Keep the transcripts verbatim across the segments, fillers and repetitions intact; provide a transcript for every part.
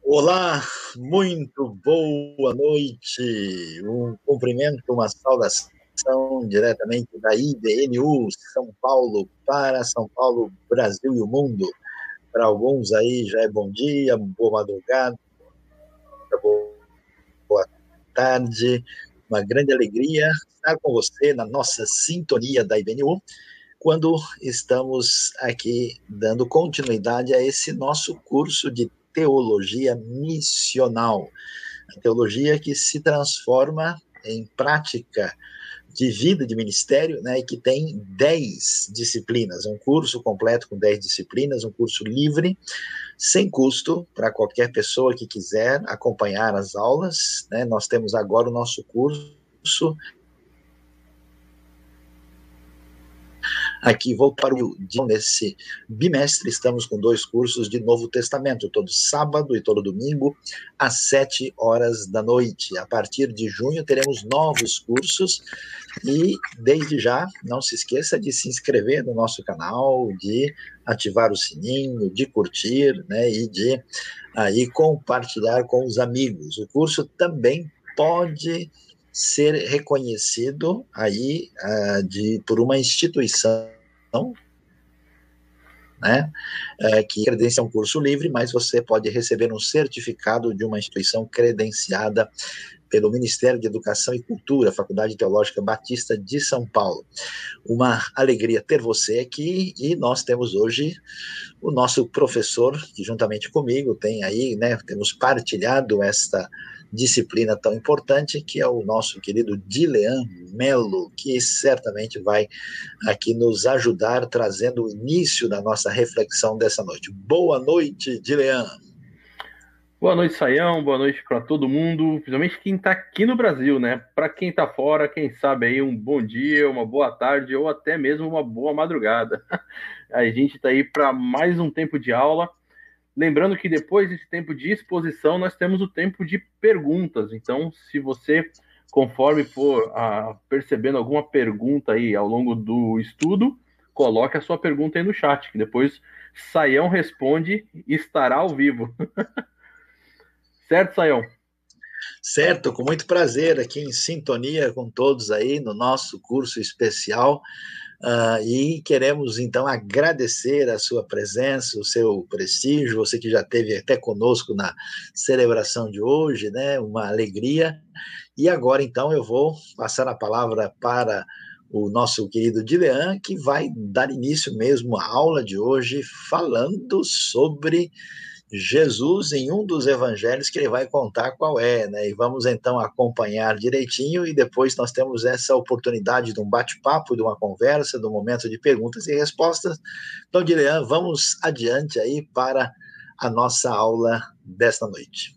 Olá, muito boa noite. Um cumprimento, uma saudação diretamente da I B N U, São Paulo, para São Paulo, Brasil e o mundo. Para alguns aí já é bom dia, boa madrugada, boa tarde. Uma grande alegria estar com você na nossa sintonia da I B N U, quando estamos aqui dando continuidade a esse nosso curso de teologia missional, a teologia que se transforma em prática de vida, de ministério, né, e que tem dez disciplinas, um curso completo com dez disciplinas, um curso livre, sem custo, para qualquer pessoa que quiser acompanhar as aulas, né. Nós temos agora o nosso curso aqui, vou para o nesse bimestre, estamos com dois cursos de Novo Testamento, todo sábado e todo domingo, às sete horas da noite. A partir de junho teremos novos cursos e, desde já, não se esqueça de se inscrever no nosso canal, de ativar o sininho, de curtir, né, e de aí compartilhar com os amigos. O curso também pode ser reconhecido aí uh, de, por uma instituição, né, uh, que credencia um curso livre, mas você pode receber um certificado de uma instituição credenciada pelo Ministério de Educação e Cultura, Faculdade Teológica Batista de São Paulo. Uma alegria ter você aqui, e nós temos hoje o nosso professor, que juntamente comigo tem aí, né, temos partilhado esta disciplina tão importante, que é o nosso querido Dilean Melo, que certamente vai aqui nos ajudar, trazendo o início da nossa reflexão dessa noite. Boa noite, Dilean. Boa noite, Saião, boa noite para todo mundo, principalmente quem está aqui no Brasil, né? Para quem está fora, quem sabe aí um bom dia, uma boa tarde ou até mesmo uma boa madrugada. A gente está aí para mais um tempo de aula. Lembrando que depois desse tempo de exposição, nós temos o tempo de perguntas. Então, se você, conforme for ah, percebendo alguma pergunta aí ao longo do estudo, coloque a sua pergunta aí no chat, que depois Saião responde e estará ao vivo. Certo, Saião? Certo, com muito prazer aqui em sintonia com todos aí no nosso curso especial. Uh, e queremos, então, agradecer a sua presença, o seu prestígio, você que já esteve até conosco na celebração de hoje, né? Uma alegria. E agora, então, eu vou passar a palavra para o nosso querido Dilean, que vai dar início mesmo à aula de hoje, falando sobre Jesus em um dos evangelhos, que ele vai contar qual é, né? E vamos então acompanhar direitinho, e depois nós temos essa oportunidade de um bate-papo, de uma conversa, de um momento de perguntas e respostas. Então, Dilean, vamos adiante aí para a nossa aula desta noite.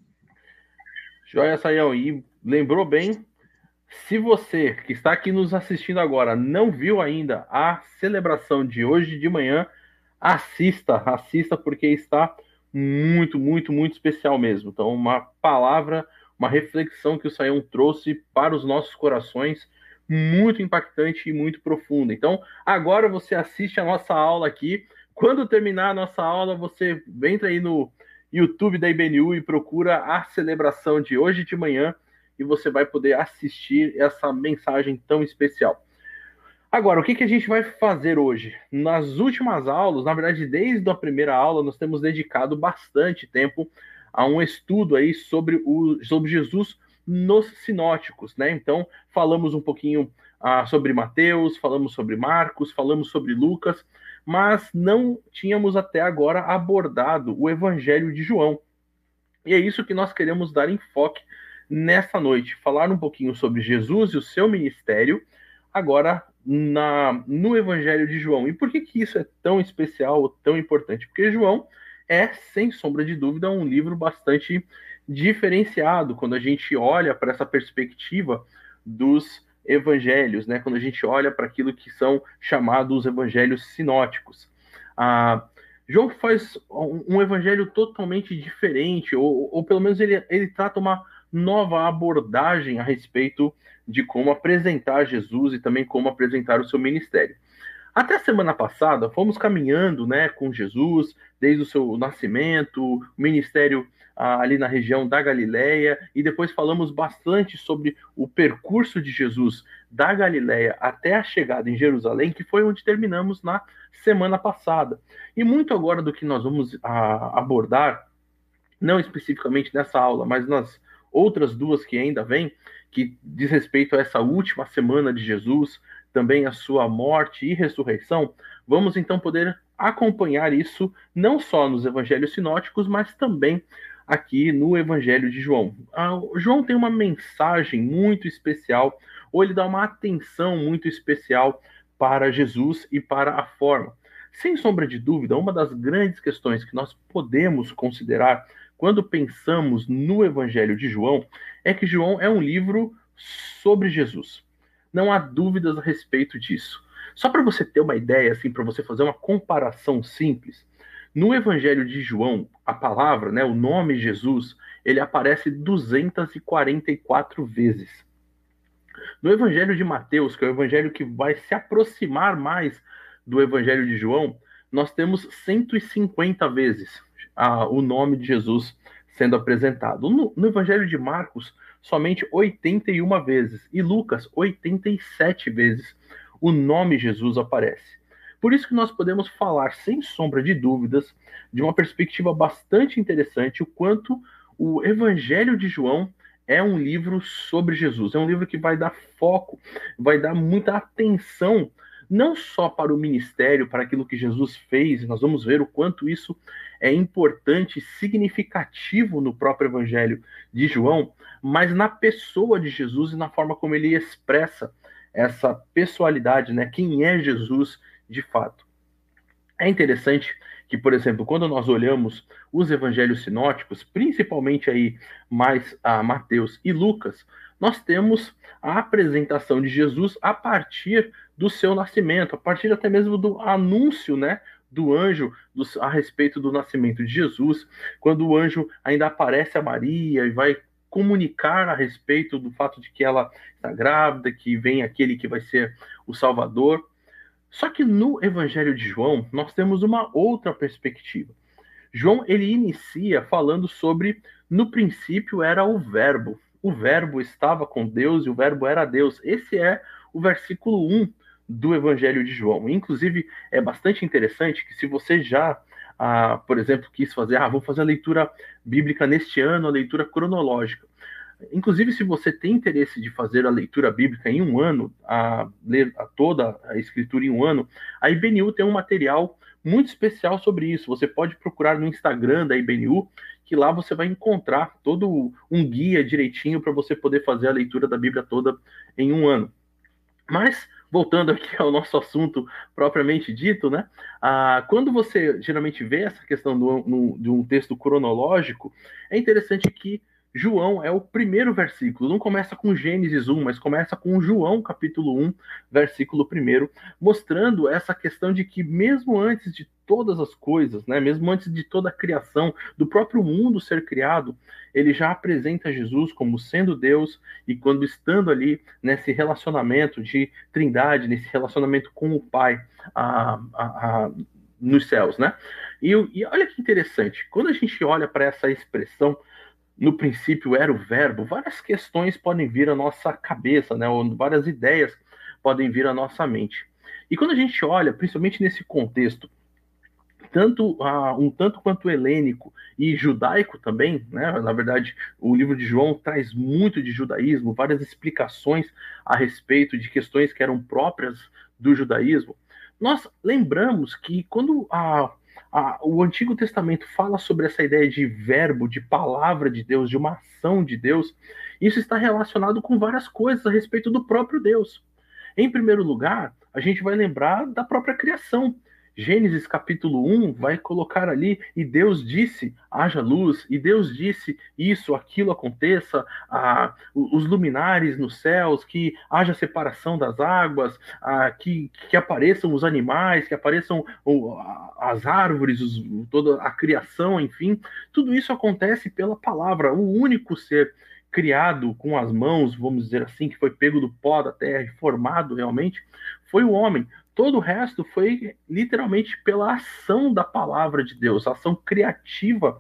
Joia, Saião, e lembrou bem, se você que está aqui nos assistindo agora não viu ainda a celebração de hoje de manhã, assista, assista, porque está muito, muito, muito especial mesmo. Então, uma palavra, uma reflexão que o Saião trouxe para os nossos corações, muito impactante e muito profunda. Então, agora você assiste a nossa aula aqui. Quando terminar a nossa aula, você entra aí no YouTube da I B N U e procura a celebração de hoje de manhã, e você vai poder assistir essa mensagem tão especial. Agora, o que, que a gente vai fazer hoje? Nas últimas aulas, na verdade, desde a primeira aula, nós temos dedicado bastante tempo a um estudo aí sobre, o, sobre Jesus nos sinóticos, né? Então, falamos um pouquinho ah, sobre Mateus, falamos sobre Marcos, falamos sobre Lucas, mas não tínhamos até agora abordado o Evangelho de João. E é isso que nós queremos dar enfoque nessa noite, falar um pouquinho sobre Jesus e o seu ministério, agora na, no Evangelho de João. E por que, que isso é tão especial, tão importante? Porque João é, sem sombra de dúvida, um livro bastante diferenciado quando a gente olha para essa perspectiva dos evangelhos, né? Quando a gente olha para aquilo que são chamados evangelhos sinóticos. Ah, João faz um, um evangelho totalmente diferente, ou, ou pelo menos ele, ele trata uma nova abordagem a respeito de como apresentar Jesus e também como apresentar o seu ministério. Até a semana passada, fomos caminhando, né, com Jesus, desde o seu nascimento, o ministério ah, ali na região da Galileia, e depois falamos bastante sobre o percurso de Jesus da Galileia até a chegada em Jerusalém, que foi onde terminamos na semana passada. E muito agora do que nós vamos ah, abordar, não especificamente nessa aula, mas nas outras duas que ainda vêm, que diz respeito a essa última semana de Jesus, também a sua morte e ressurreição, vamos então poder acompanhar isso não só nos evangelhos sinóticos, mas também aqui no Evangelho de João. Ah, João tem uma mensagem muito especial, ou ele dá uma atenção muito especial para Jesus e para a forma. Sem sombra de dúvida, uma das grandes questões que nós podemos considerar quando pensamos no Evangelho de João é que João é um livro sobre Jesus. Não há dúvidas a respeito disso. Só para você ter uma ideia, assim, para você fazer uma comparação simples, no Evangelho de João, a palavra, né, o nome Jesus, ele aparece duzentas e quarenta e quatro vezes. No Evangelho de Mateus, que é o evangelho que vai se aproximar mais do Evangelho de João, nós temos cento e cinquenta vezes ah, o nome de Jesus sendo apresentado. No, no Evangelho de Marcos, somente oitenta e uma vezes. E Lucas, oitenta e sete vezes o nome Jesus aparece. Por isso que nós podemos falar, sem sombra de dúvidas, de uma perspectiva bastante interessante, o quanto o Evangelho de João é um livro sobre Jesus. É um livro que vai dar foco, vai dar muita atenção, não só para o ministério, para aquilo que Jesus fez, nós vamos ver o quanto isso é importante e significativo no próprio Evangelho de João, mas na pessoa de Jesus e na forma como ele expressa essa pessoalidade, né? Quem é Jesus de fato. É interessante que, por exemplo, quando nós olhamos os evangelhos sinóticos, principalmente aí mais a Mateus e Lucas, nós temos a apresentação de Jesus a partir do seu nascimento, a partir até mesmo do anúncio, né, do anjo do, a respeito do nascimento de Jesus, quando o anjo ainda aparece a Maria e vai comunicar a respeito do fato de que ela está grávida, que vem aquele que vai ser o Salvador. Só que no Evangelho de João, nós temos uma outra perspectiva. João, ele inicia falando sobre, no princípio era o verbo. O verbo estava com Deus e o verbo era Deus. Esse é o versículo um do Evangelho de João. Inclusive, é bastante interessante que se você já, ah, por exemplo, quis fazer, ah, vou fazer a leitura bíblica neste ano, a leitura cronológica. Inclusive, se você tem interesse de fazer a leitura bíblica em um ano, a ler a toda a escritura em um ano, a I B N U tem um material muito especial sobre isso. Você pode procurar no Instagram da I B N U, que lá você vai encontrar todo um guia direitinho para você poder fazer a leitura da Bíblia toda em um ano. Mas, voltando aqui ao nosso assunto propriamente dito, né? Ah, quando você geralmente vê essa questão do, no, de um texto cronológico, é interessante que João é o primeiro versículo, não começa com Gênesis um, mas começa com João capítulo um, versículo um, mostrando essa questão de que mesmo antes de todas as coisas, né, mesmo antes de toda a criação, do próprio mundo ser criado, ele já apresenta Jesus como sendo Deus e quando estando ali nesse relacionamento de trindade, nesse relacionamento com o Pai a, a, a, nos céus, né? E, e olha que interessante, quando a gente olha para essa expressão no princípio era o verbo, várias questões podem vir à nossa cabeça, né? Ou várias ideias podem vir à nossa mente. E quando a gente olha, principalmente nesse contexto, tanto uh, um tanto quanto helênico e judaico também, né? Na verdade, o livro de João traz muito de judaísmo, várias explicações a respeito de questões que eram próprias do judaísmo. Nós lembramos que quando a Ah, o Antigo Testamento fala sobre essa ideia de verbo, de palavra de Deus, de uma ação de Deus, isso está relacionado com várias coisas a respeito do próprio Deus. Em primeiro lugar, a gente vai lembrar da própria criação. Gênesis capítulo um vai colocar ali, e Deus disse, haja luz, e Deus disse isso, aquilo aconteça, ah, os luminares nos céus, que haja separação das águas, ah, que, que apareçam os animais, que apareçam oh, as árvores, os, toda a criação, enfim, tudo isso acontece pela palavra. O único ser criado com as mãos, vamos dizer assim, que foi pego do pó da terra e formado realmente, foi o homem. Todo o resto foi literalmente pela ação da palavra de Deus, a ação criativa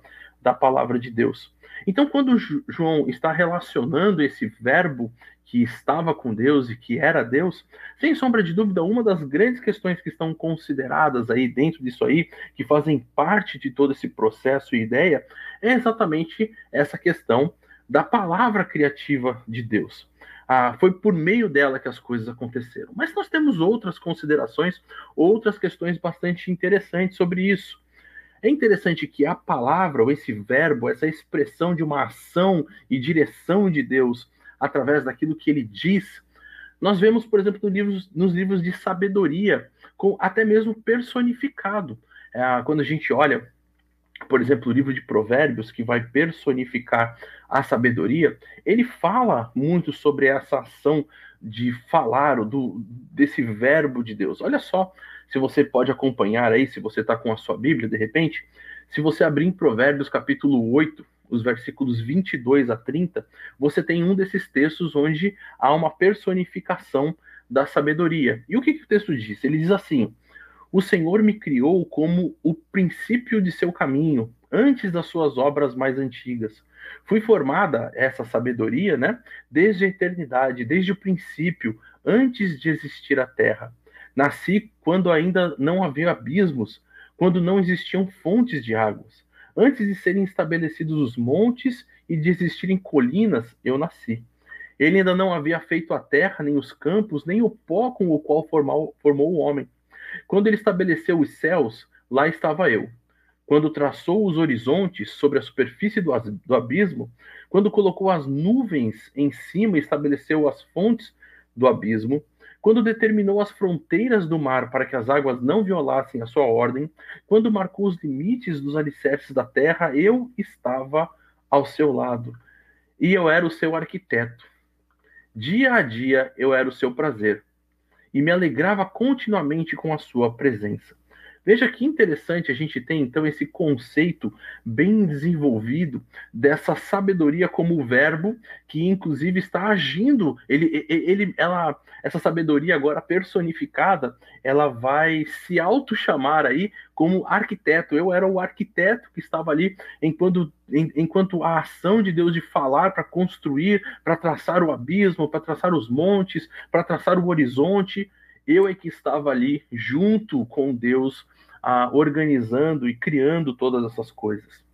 da palavra de Deus. Então, quando João está relacionando esse verbo que estava com Deus e que era Deus, sem sombra de dúvida, uma das grandes questões que estão consideradas aí dentro disso aí, que fazem parte de todo esse processo e ideia, é exatamente essa questão da palavra criativa de Deus. Ah, foi por meio dela que as coisas aconteceram. Mas nós temos outras considerações, outras questões bastante interessantes sobre isso. É interessante que a palavra, ou esse verbo, essa expressão de uma ação e direção de Deus através daquilo que ele diz, nós vemos, por exemplo, nos livros, nos livros de sabedoria, com até mesmo personificado. É, quando a gente olha, por exemplo, o livro de Provérbios, que vai personificar a sabedoria, ele fala muito sobre essa ação de falar do, desse verbo de Deus. Olha só, se você pode acompanhar aí, se você está com a sua Bíblia, de repente, se você abrir em Provérbios capítulo oito, os versículos vinte e dois a trinta, você tem um desses textos onde há uma personificação da sabedoria. E o que, que o texto diz? Ele diz assim: o Senhor me criou como o princípio de seu caminho, antes das suas obras mais antigas. Fui formada, essa sabedoria, né, desde a eternidade, desde o princípio, antes de existir a terra. Nasci quando ainda não havia abismos, quando não existiam fontes de águas. Antes de serem estabelecidos os montes e de existirem colinas, eu nasci. Ele ainda não havia feito a terra, nem os campos, nem o pó com o qual formou, formou o homem. Quando ele estabeleceu os céus, lá estava eu. Quando traçou os horizontes sobre a superfície do, do abismo, quando colocou as nuvens em cima e estabeleceu as fontes do abismo, quando determinou as fronteiras do mar para que as águas não violassem a sua ordem, quando marcou os limites dos alicerces da terra, eu estava ao seu lado. E eu era o seu arquiteto. Dia a dia eu era o seu prazer. E me alegrava continuamente com a sua presença. Veja que interessante a gente tem, então, esse conceito bem desenvolvido dessa sabedoria como verbo, que inclusive está agindo, ele, ele, ela, essa sabedoria agora personificada, ela vai se auto-chamar aí como arquiteto. Eu era o arquiteto que estava ali enquanto, enquanto a ação de Deus de falar para construir, para traçar o abismo, para traçar os montes, para traçar o horizonte. Eu é que estava ali junto com Deus, ah, organizando e criando todas essas coisas.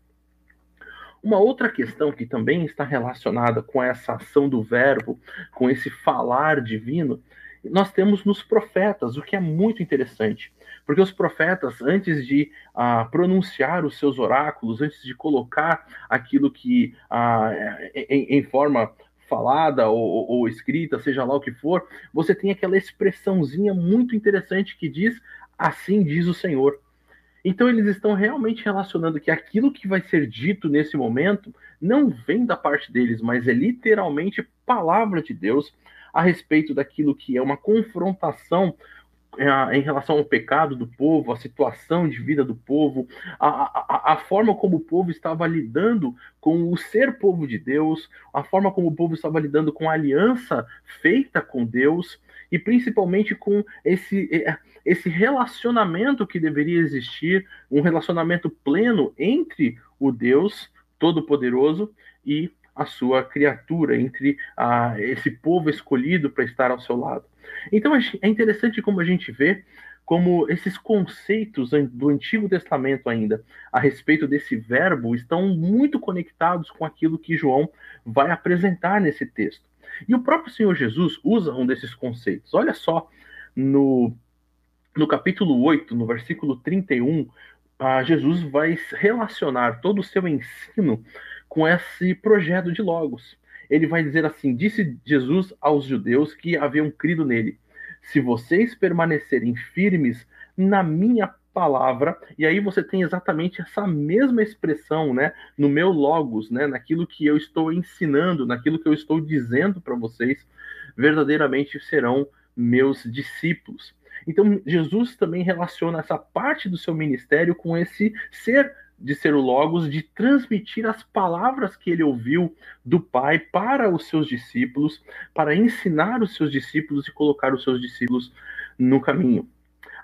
Uma outra questão que também está relacionada com essa ação do verbo, com esse falar divino, nós temos nos profetas, o que é muito interessante. Porque os profetas, antes de ah, pronunciar os seus oráculos, antes de colocar aquilo que ah, em, em forma falada ou, ou escrita, seja lá o que for, você tem aquela expressãozinha muito interessante que diz: assim diz o Senhor. Então eles estão realmente relacionando que aquilo que vai ser dito nesse momento não vem da parte deles, mas é literalmente palavra de Deus a respeito daquilo que é uma confrontação em relação ao pecado do povo, a situação de vida do povo, a, a, a forma como o povo estava lidando com o ser povo de Deus, a forma como o povo estava lidando com a aliança feita com Deus, e principalmente com esse, esse relacionamento que deveria existir, um relacionamento pleno entre o Deus Todo-Poderoso e a sua criatura, entre a, esse povo escolhido para estar ao seu lado. Então é interessante como a gente vê como esses conceitos do Antigo Testamento ainda a respeito desse verbo estão muito conectados com aquilo que João vai apresentar nesse texto. E o próprio Senhor Jesus usa um desses conceitos. Olha só, no, no capítulo oito, no versículo trinta e um, ah, Jesus vai relacionar todo o seu ensino com esse projeto de Logos. Ele vai dizer assim: disse Jesus aos judeus que haviam crido nele: se vocês permanecerem firmes na minha palavra, e aí você tem exatamente essa mesma expressão, né, no meu logos, né, naquilo que eu estou ensinando, naquilo que eu estou dizendo para vocês, verdadeiramente serão meus discípulos. Então Jesus também relaciona essa parte do seu ministério com esse ser de ser o Logos, de transmitir as palavras que ele ouviu do Pai para os seus discípulos, para ensinar os seus discípulos e colocar os seus discípulos no caminho.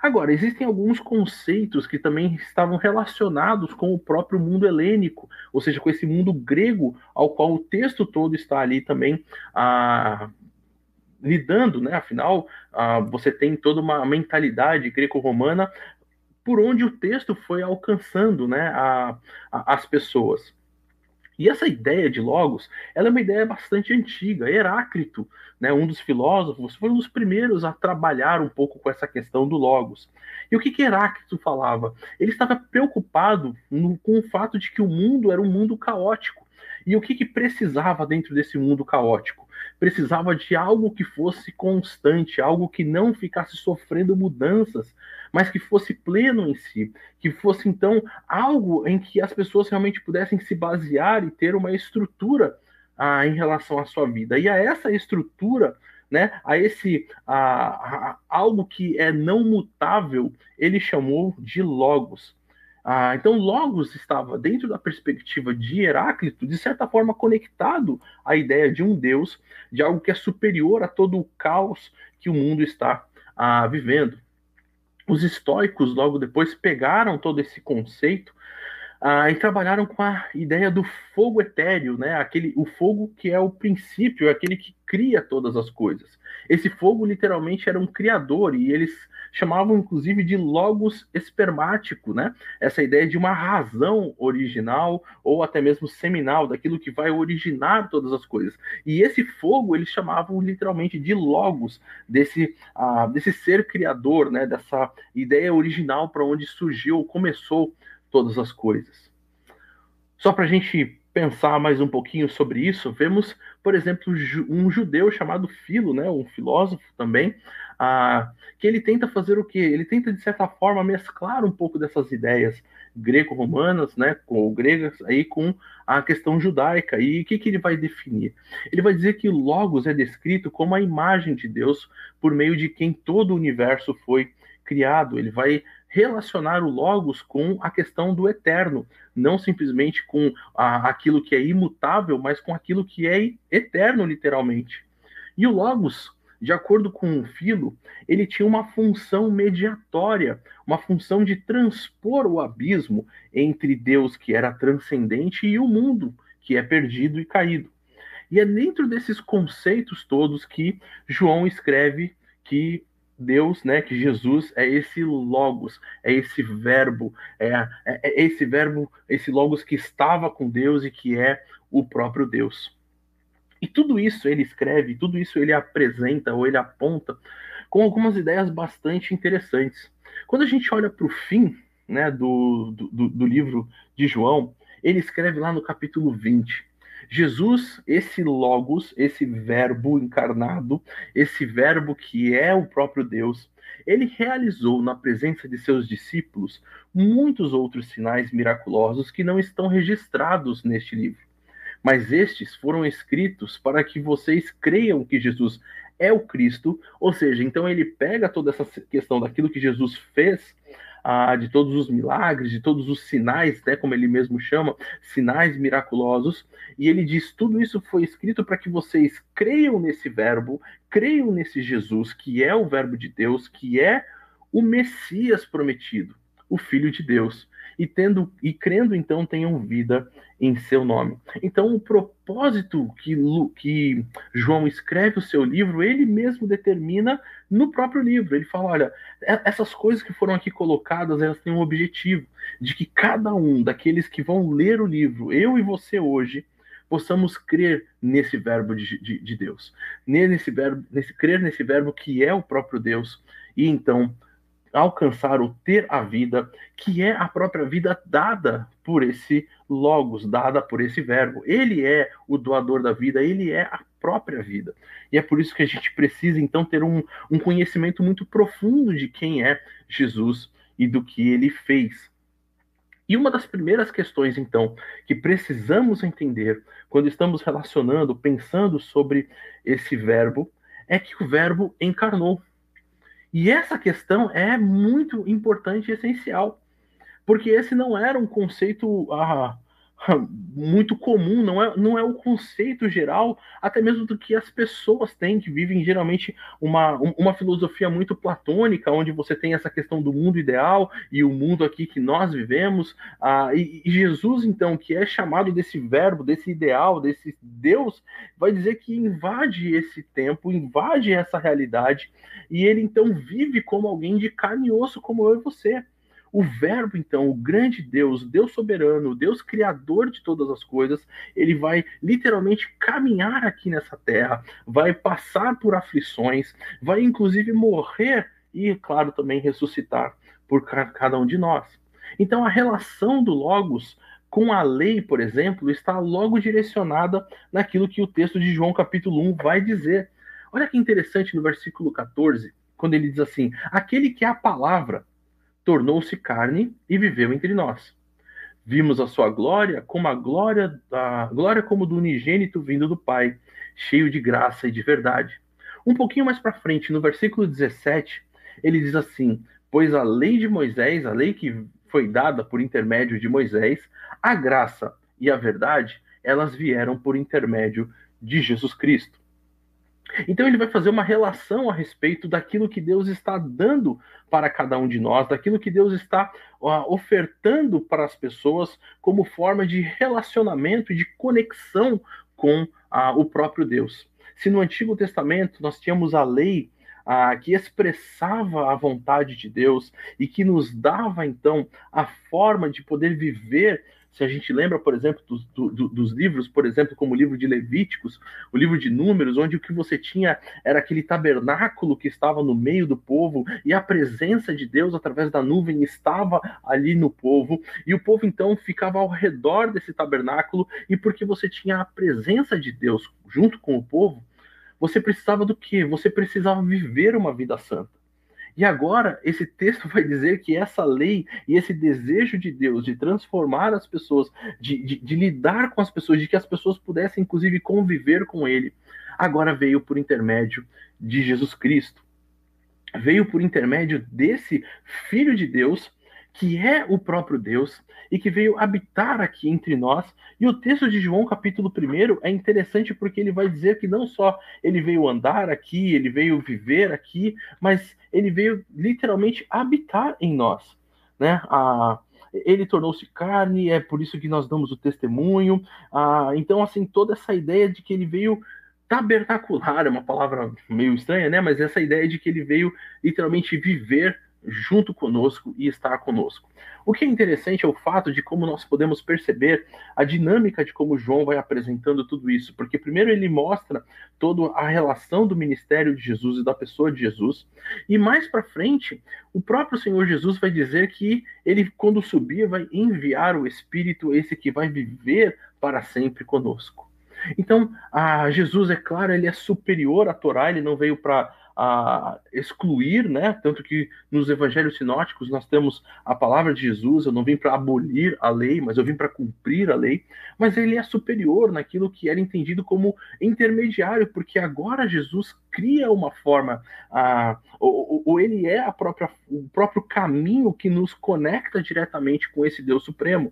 Agora, existem alguns conceitos que também estavam relacionados com o próprio mundo helênico, ou seja, com esse mundo grego ao qual o texto todo está ali também ah, lidando, né? Afinal, ah, você tem toda uma mentalidade greco-romana por onde o texto foi alcançando, né, a, a, as pessoas. E essa ideia de logos, ela é uma ideia bastante antiga. Heráclito, né, um dos filósofos, foi um dos primeiros a trabalhar um pouco com essa questão do logos. E o que, que Heráclito falava? Ele estava preocupado no, com o fato de que o mundo era um mundo caótico. E o que, que precisava dentro desse mundo caótico? Precisava de algo que fosse constante, algo que não ficasse sofrendo mudanças, mas que fosse pleno em si, que fosse então algo em que as pessoas realmente pudessem se basear e ter uma estrutura ah, em relação à sua vida. E a essa estrutura, né, a esse a, a, algo que é não mutável, ele chamou de logos. Ah, então, Logos estava, dentro da perspectiva de Heráclito, de certa forma conectado à ideia de um Deus, de algo que é superior a todo o caos que o mundo está ah, vivendo. Os estoicos, logo depois, pegaram todo esse conceito ah, e trabalharam com a ideia do fogo etéreo, né? Aquele, o fogo que é o princípio, é aquele que cria todas as coisas. Esse fogo literalmente era um criador e eles chamavam inclusive de logos espermático, né? Essa ideia de uma razão original ou até mesmo seminal, daquilo que vai originar todas as coisas. E esse fogo eles chamavam literalmente de logos, desse, ah, desse ser criador, né? Dessa ideia original para onde surgiu, começou todas as coisas. Só para a gente pensar mais um pouquinho sobre isso, vemos, por exemplo, um judeu chamado Filo, né, um filósofo também, ah, que ele tenta fazer o quê? Ele tenta, de certa forma, mesclar um pouco dessas ideias greco-romanas, né, ou gregas, aí com a questão judaica. E o que, que ele vai definir? Ele vai dizer que Logos é descrito como a imagem de Deus por meio de quem todo o universo foi criado. Ele vai relacionar o Logos com a questão do eterno, não simplesmente com a, aquilo que é imutável, mas com aquilo que é eterno, literalmente. E o Logos, de acordo com o Filo, ele tinha uma função mediatória, uma função de transpor o abismo entre Deus, que era transcendente, e o mundo, que é perdido e caído. E é dentro desses conceitos todos que João escreve que Deus, né, que Jesus é esse logos, é esse verbo, é, é, é esse verbo, esse logos que estava com Deus e que é o próprio Deus. E tudo isso ele escreve, tudo isso ele apresenta ou ele aponta com algumas ideias bastante interessantes. Quando a gente olha para o fim, né, do, do, do livro de João, ele escreve lá no capítulo vinte, Jesus, esse logos, esse verbo encarnado, esse verbo que é o próprio Deus, ele realizou na presença de seus discípulos muitos outros sinais miraculosos que não estão registrados neste livro. Mas estes foram escritos para que vocês creiam que Jesus é o Cristo, ou seja, então ele pega toda essa questão daquilo que Jesus fez, ah, de todos os milagres, de todos os sinais, né, como ele mesmo chama, sinais miraculosos, e ele diz, tudo isso foi escrito para que vocês creiam nesse verbo, creiam nesse Jesus, que é o verbo de Deus, que é o Messias prometido, o Filho de Deus, e tendo e crendo então tenham vida em seu nome. Então o propósito que, que João escreve o seu livro, ele mesmo determina no próprio livro. Ele fala, olha, essas coisas que foram aqui colocadas, elas têm um objetivo de que cada um daqueles que vão ler o livro, eu e você hoje, possamos crer nesse verbo de, de, de Deus, nesse verbo, nesse crer nesse verbo que é o próprio Deus, e então alcançar o ter a vida, que é a própria vida dada por esse logos, dada por esse verbo. Ele é o doador da vida, ele é a própria vida. E é por isso que a gente precisa, então, ter um, um conhecimento muito profundo de quem é Jesus e do que ele fez. E uma das primeiras questões, então, que precisamos entender quando estamos relacionando, pensando sobre esse verbo, é que o verbo encarnou. E essa questão é muito importante e essencial, porque esse não era um conceito ah, muito comum, não é, não é o conceito geral, até mesmo do que as pessoas têm, que vivem geralmente uma, uma filosofia muito platônica, onde você tem essa questão do mundo ideal e o mundo aqui que nós vivemos. Ah, e, e Jesus, então, que é chamado desse verbo, desse ideal, desse Deus, vai dizer que invade esse tempo, invade essa realidade, e ele então vive como alguém de carne e osso, como eu e você. O Verbo, então, o grande Deus, Deus soberano, Deus criador de todas as coisas, ele vai literalmente caminhar aqui nessa terra, vai passar por aflições, vai inclusive morrer e, claro, também ressuscitar por cada um de nós. Então, a relação do Logos com a lei, por exemplo, está logo direcionada naquilo que o texto de João capítulo um vai dizer. Olha que interessante no versículo catorze, quando ele diz assim: aquele que é a palavra tornou-se carne e viveu entre nós. Vimos a sua glória como a glória da glória como do unigênito vindo do Pai, cheio de graça e de verdade. Um pouquinho mais para frente, no versículo dezessete, ele diz assim: pois a lei de Moisés, a lei que foi dada por intermédio de Moisés, a graça e a verdade, elas vieram por intermédio de Jesus Cristo. Então ele vai fazer uma relação a respeito daquilo que Deus está dando para cada um de nós, daquilo que Deus está uh, ofertando para as pessoas como forma de relacionamento e de conexão com uh, o próprio Deus. Se no Antigo Testamento nós tínhamos a lei uh, que expressava a vontade de Deus e que nos dava então a forma de poder viver. Se a gente lembra, por exemplo, dos, do, dos livros, por exemplo, como o livro de Levíticos, o livro de Números, onde o que você tinha era aquele tabernáculo que estava no meio do povo, e a presença de Deus através da nuvem estava ali no povo, e o povo então ficava ao redor desse tabernáculo, e porque você tinha a presença de Deus junto com o povo, você precisava do quê? Você precisava viver uma vida santa. E agora, esse texto vai dizer que essa lei e esse desejo de Deus de transformar as pessoas, de, de, de lidar com as pessoas, de que as pessoas pudessem, inclusive, conviver com ele, agora veio por intermédio de Jesus Cristo. Veio por intermédio desse Filho de Deus, que é o próprio Deus, e que veio habitar aqui entre nós. E o texto de João, capítulo um, é interessante porque ele vai dizer que não só ele veio andar aqui, ele veio viver aqui, mas ele veio literalmente habitar em nós, né? A, ele tornou-se carne, é por isso que nós damos o testemunho. Ah, então, assim, toda essa ideia de que ele veio tabernacular, é uma palavra meio estranha, né? Mas essa ideia de que ele veio literalmente viver junto conosco e estar conosco. O que é interessante é o fato de como nós podemos perceber a dinâmica de como João vai apresentando tudo isso, porque primeiro ele mostra toda a relação do ministério de Jesus e da pessoa de Jesus, e mais para frente, o próprio Senhor Jesus vai dizer que ele, quando subir, vai enviar o Espírito, esse que vai viver para sempre conosco. Então, a Jesus, é claro, ele é superior à Torá, ele não veio para a excluir, né? Tanto que nos evangelhos sinóticos nós temos a palavra de Jesus: eu não vim para abolir a lei, mas eu vim para cumprir a lei. Mas ele é superior naquilo que era entendido como intermediário, porque agora Jesus cria uma forma, ah, ou, ou ele é a própria, o próprio caminho que nos conecta diretamente com esse Deus Supremo.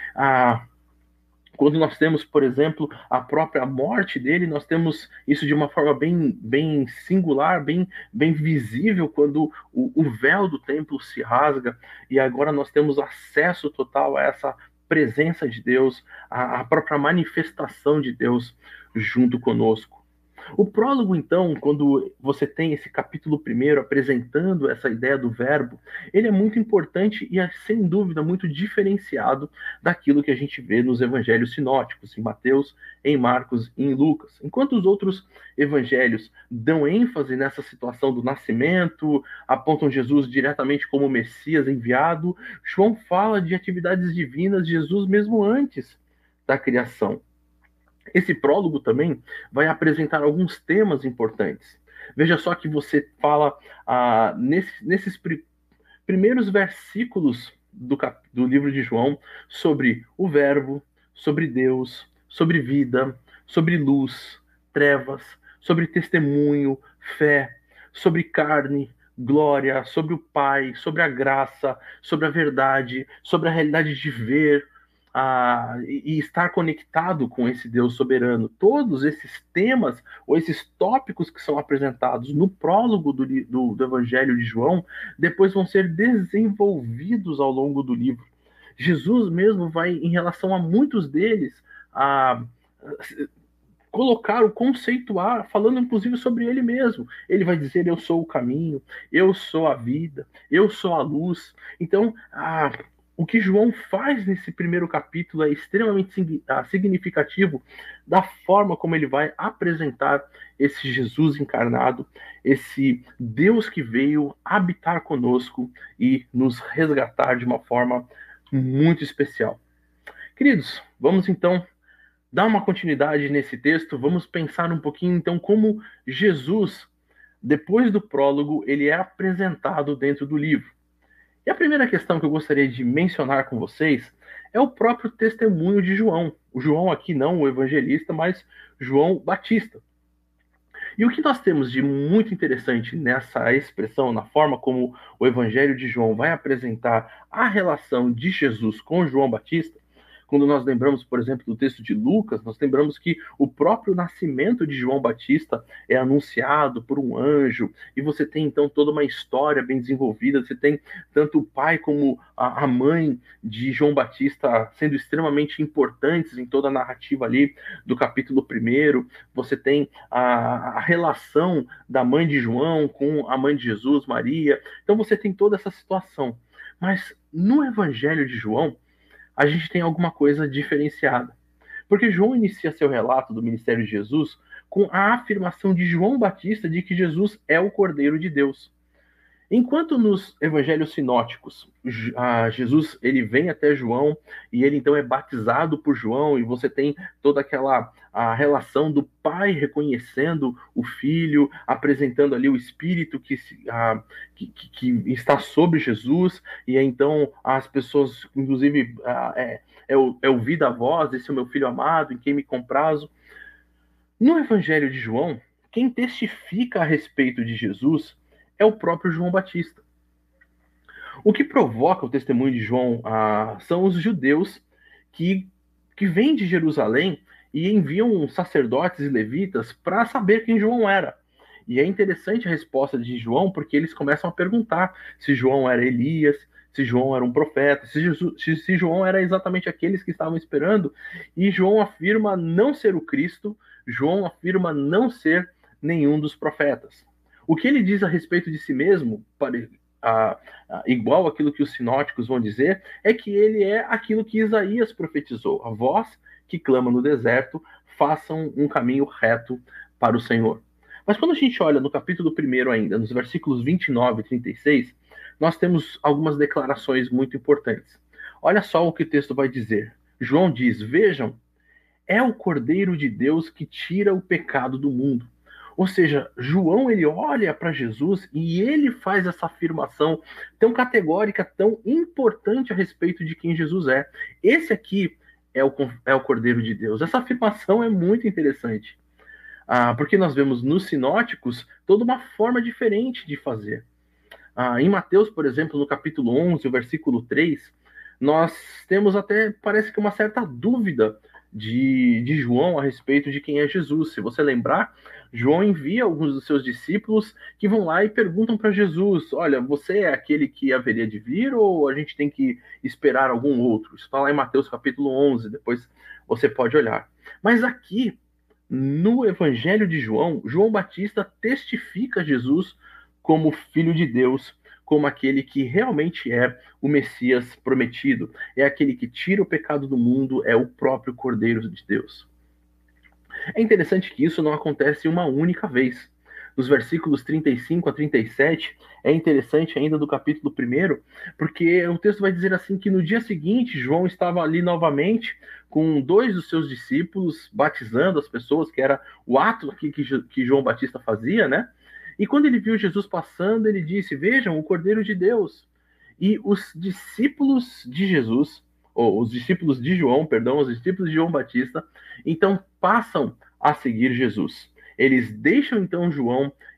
Ah, Quando nós temos, por exemplo, a própria morte dele, nós temos isso de uma forma bem, bem singular, bem, bem visível, quando o, o véu do templo se rasga e agora nós temos acesso total a essa presença de Deus, a, a própria manifestação de Deus junto conosco. O prólogo, então, quando você tem esse capítulo primeiro apresentando essa ideia do verbo, ele é muito importante e é, sem dúvida, muito diferenciado daquilo que a gente vê nos evangelhos sinóticos, em Mateus, em Marcos e em Lucas. Enquanto os outros evangelhos dão ênfase nessa situação do nascimento, apontam Jesus diretamente como Messias enviado, João fala de atividades divinas de Jesus mesmo antes da criação. Esse prólogo também vai apresentar alguns temas importantes. Veja só que você fala ah, nesse, nesses pr- primeiros versículos do, cap- do livro de João sobre o verbo, sobre Deus, sobre vida, sobre luz, trevas, sobre testemunho, fé, sobre carne, glória, sobre o Pai, sobre a graça, sobre a verdade, sobre a realidade de ver, ah, e estar conectado com esse Deus soberano. Todos esses temas, ou esses tópicos que são apresentados no prólogo do, do, do Evangelho de João, depois vão ser desenvolvidos ao longo do livro. Jesus mesmo vai, em relação a muitos deles, a colocar, o conceituar, falando inclusive sobre ele mesmo. Ele vai dizer: eu sou o caminho, eu sou a vida, eu sou a luz. Então, a, o que João faz nesse primeiro capítulo é extremamente significativo da forma como ele vai apresentar esse Jesus encarnado, esse Deus que veio habitar conosco e nos resgatar de uma forma muito especial. Queridos, vamos então dar uma continuidade nesse texto. Vamos pensar um pouquinho então como Jesus, depois do prólogo, ele é apresentado dentro do livro. E a primeira questão que eu gostaria de mencionar com vocês é o próprio testemunho de João. O João aqui não o evangelista, mas João Batista. E o que nós temos de muito interessante nessa expressão, na forma como o Evangelho de João vai apresentar a relação de Jesus com João Batista, quando nós lembramos, por exemplo, do texto de Lucas, nós lembramos que o próprio nascimento de João Batista é anunciado por um anjo, e você tem então toda uma história bem desenvolvida, você tem tanto o pai como a mãe de João Batista sendo extremamente importantes em toda a narrativa ali do capítulo primeiro, você tem a, a relação da mãe de João com a mãe de Jesus, Maria, então você tem toda essa situação. Mas no Evangelho de João, a gente tem alguma coisa diferenciada. Porque João inicia seu relato do ministério de Jesus com a afirmação de João Batista de que Jesus é o Cordeiro de Deus. Enquanto nos evangelhos sinóticos, Jesus ele vem até João e ele então é batizado por João, e você tem toda aquela a relação do pai reconhecendo o filho, apresentando ali o espírito que, a, que, que está sobre Jesus, e então as pessoas, inclusive, a, é, é, é ouvida a voz: esse é o meu filho amado, em quem me comprazo. No evangelho de João, quem testifica a respeito de Jesus é o próprio João Batista. O que provoca o testemunho de João ah, são os judeus que, que vêm de Jerusalém e enviam sacerdotes e levitas para saber quem João era. E é interessante a resposta de João, porque eles começam a perguntar se João era Elias, se João era um profeta, se, Jesus, se, se João era exatamente aqueles que estavam esperando. E João afirma não ser o Cristo, João afirma não ser nenhum dos profetas. O que ele diz a respeito de si mesmo, para, a, a, igual aquilo que os sinóticos vão dizer, é que ele é aquilo que Isaías profetizou: a voz que clama no deserto, façam um caminho reto para o Senhor. Mas quando a gente olha no capítulo primeiro ainda, nos versículos vinte e nove e trinta e seis, nós temos algumas declarações muito importantes. Olha só o que o texto vai dizer. João diz: vejam, é o Cordeiro de Deus que tira o pecado do mundo. Ou seja, João ele olha para Jesus e ele faz essa afirmação tão categórica, tão importante a respeito de quem Jesus é. Esse aqui é o, é o Cordeiro de Deus. Essa afirmação é muito interessante, ah, porque nós vemos nos sinóticos toda uma forma diferente de fazer. Ah, em Mateus, por exemplo, no capítulo onze, o versículo três, nós temos até, parece que uma certa dúvida de, de João a respeito de quem é Jesus. Se você lembrar, João envia alguns dos seus discípulos que vão lá e perguntam para Jesus: olha, você é aquele que haveria de vir, ou a gente tem que esperar algum outro? Isso está lá em Mateus capítulo onze, depois você pode olhar. Mas aqui, no Evangelho de João, João Batista testifica Jesus como Filho de Deus, como aquele que realmente é o Messias prometido, é aquele que tira o pecado do mundo, é o próprio Cordeiro de Deus. É interessante que isso não acontece uma única vez. Nos versículos trinta e cinco a trinta e sete, é interessante ainda do capítulo primeiro, porque o texto vai dizer assim que no dia seguinte, João estava ali novamente com dois dos seus discípulos, batizando as pessoas, que era o ato aqui que, que João Batista fazia, né? E quando ele viu Jesus passando, ele disse: vejam, o Cordeiro de Deus. E os discípulos de Jesus, ou os discípulos de João, perdão, os discípulos de João Batista, então passam a seguir Jesus. Eles deixam então João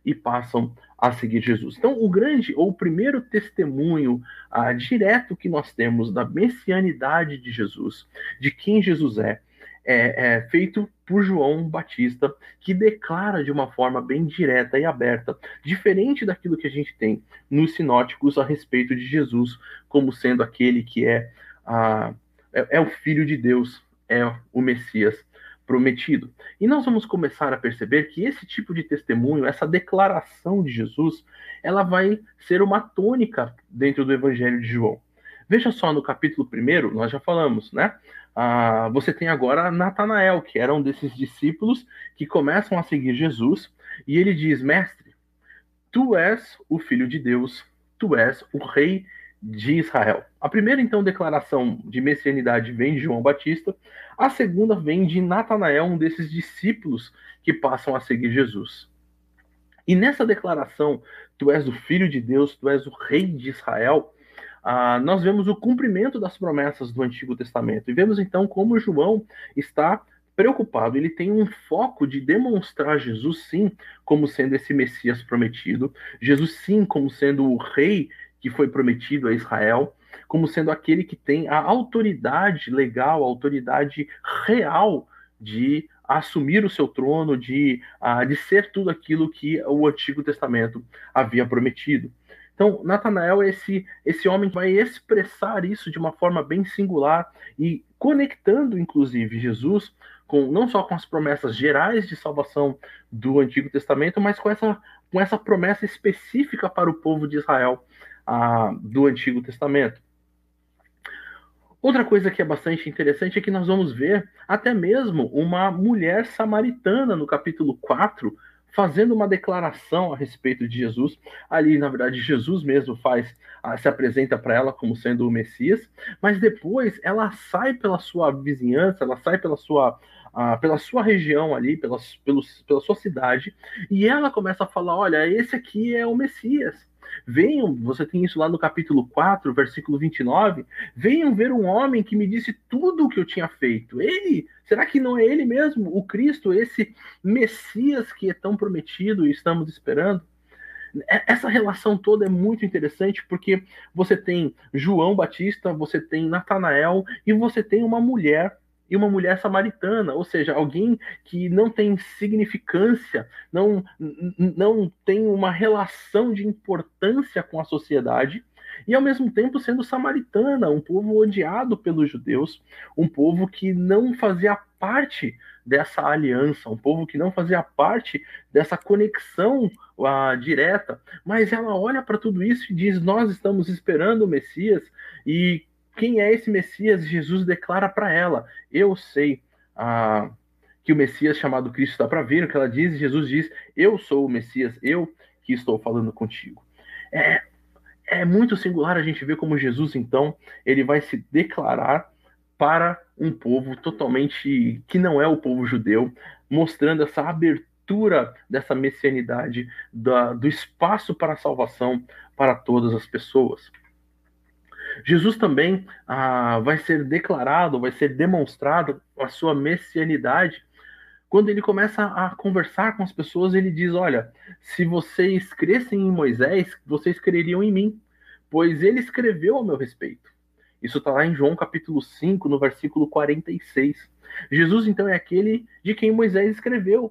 e passam a seguir Jesus. Então, o grande, ou o primeiro testemunho ah, direto que nós temos da messianidade de Jesus, de quem Jesus é, é, é feito por João Batista, que declara de uma forma bem direta e aberta, diferente daquilo que a gente tem nos sinóticos a respeito de Jesus, como sendo aquele que é, ah, é, é o Filho de Deus, é o Messias prometido. E nós vamos começar a perceber que esse tipo de testemunho, essa declaração de Jesus, ela vai ser uma tônica dentro do Evangelho de João. Veja só, no capítulo primeiro, nós já falamos, né? Ah, você tem agora Natanael, que era um desses discípulos que começam a seguir Jesus, e ele diz: Mestre, tu és o Filho de Deus, tu és o Rei de Israel. A primeira, então, declaração de messianidade vem de João Batista, a segunda vem de Natanael, um desses discípulos que passam a seguir Jesus. E nessa declaração, tu és o Filho de Deus, tu és o Rei de Israel, ah, nós vemos o cumprimento das promessas do Antigo Testamento. E vemos, então, como João está preocupado. Ele tem um foco de demonstrar Jesus, sim, como sendo esse Messias prometido, Jesus, sim, como sendo o Rei que foi prometido a Israel, como sendo aquele que tem a autoridade legal, a autoridade real de assumir o seu trono, de, uh, de ser tudo aquilo que o Antigo Testamento havia prometido. Então, Natanael é esse, esse homem que vai expressar isso de uma forma bem singular e conectando, inclusive, Jesus com, não só com as promessas gerais de salvação do Antigo Testamento, mas com essa, com essa promessa específica para o povo de Israel, Ah, do Antigo Testamento. Outra coisa que é bastante interessante é que nós vamos ver até mesmo uma mulher samaritana no capítulo quatro fazendo uma declaração a respeito de Jesus. Ali, na verdade, Jesus mesmo faz, se apresenta para ela como sendo o Messias, mas depois ela sai pela sua vizinhança, ela sai pela sua, uh, pela sua região ali, pela, pelos, pela sua cidade, e ela começa a falar: olha, esse aqui é o Messias. Venham, você tem isso lá no capítulo quatro, versículo vinte e nove, venham ver um homem que me disse tudo o que eu tinha feito. Ele, será que não é ele mesmo, o Cristo, esse Messias que é tão prometido e estamos esperando? Essa relação toda é muito interessante porque você tem João Batista, você tem Natanael e você tem uma mulher, e uma mulher samaritana, ou seja, alguém que não tem significância, não, não tem uma relação de importância com a sociedade, e ao mesmo tempo sendo samaritana, um povo odiado pelos judeus, um povo que não fazia parte dessa aliança, um povo que não fazia parte dessa conexão uh, direta, mas ela olha para tudo isso e diz: nós estamos esperando o Messias, e quem é esse Messias? Jesus declara para ela: eu sei ah, que o Messias chamado Cristo está para vir. O que ela diz, Jesus diz: eu sou o Messias, eu que estou falando contigo. É, é muito singular a gente ver como Jesus, então, ele vai se declarar para um povo totalmente que não é o povo judeu, mostrando essa abertura dessa messianidade, da, do espaço para a salvação para todas as pessoas. Jesus também ah, vai ser declarado, vai ser demonstrado a sua messianidade quando ele começa a conversar com as pessoas. Ele diz: olha, se vocês crescem em Moisés, vocês creriam em mim, pois ele escreveu ao meu respeito. Isso está lá em João capítulo cinco, no versículo quarenta e seis. Jesus, então, é aquele de quem Moisés escreveu.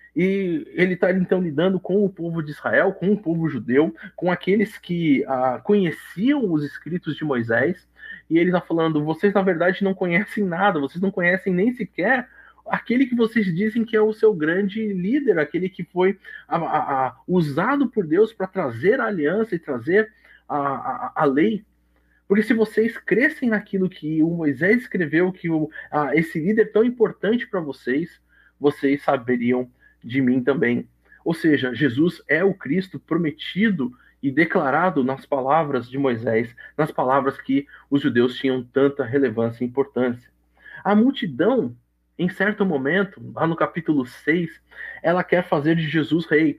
E ele está, então, lidando com o povo de Israel, com o povo judeu, com aqueles que ah, conheciam os escritos de Moisés, e ele está falando: vocês, na verdade, não conhecem nada, vocês não conhecem nem sequer aquele que vocês dizem que é o seu grande líder, aquele que foi a, a, a, usado por Deus para trazer a aliança e trazer a, a, a lei. Porque se vocês crescem naquilo que o Moisés escreveu, que o, a, esse líder tão importante para vocês, vocês saberiam de mim também. Ou seja, Jesus é o Cristo prometido e declarado nas palavras de Moisés, nas palavras que os judeus tinham tanta relevância e importância. A multidão, em certo momento, lá no capítulo seis, ela quer fazer de Jesus rei.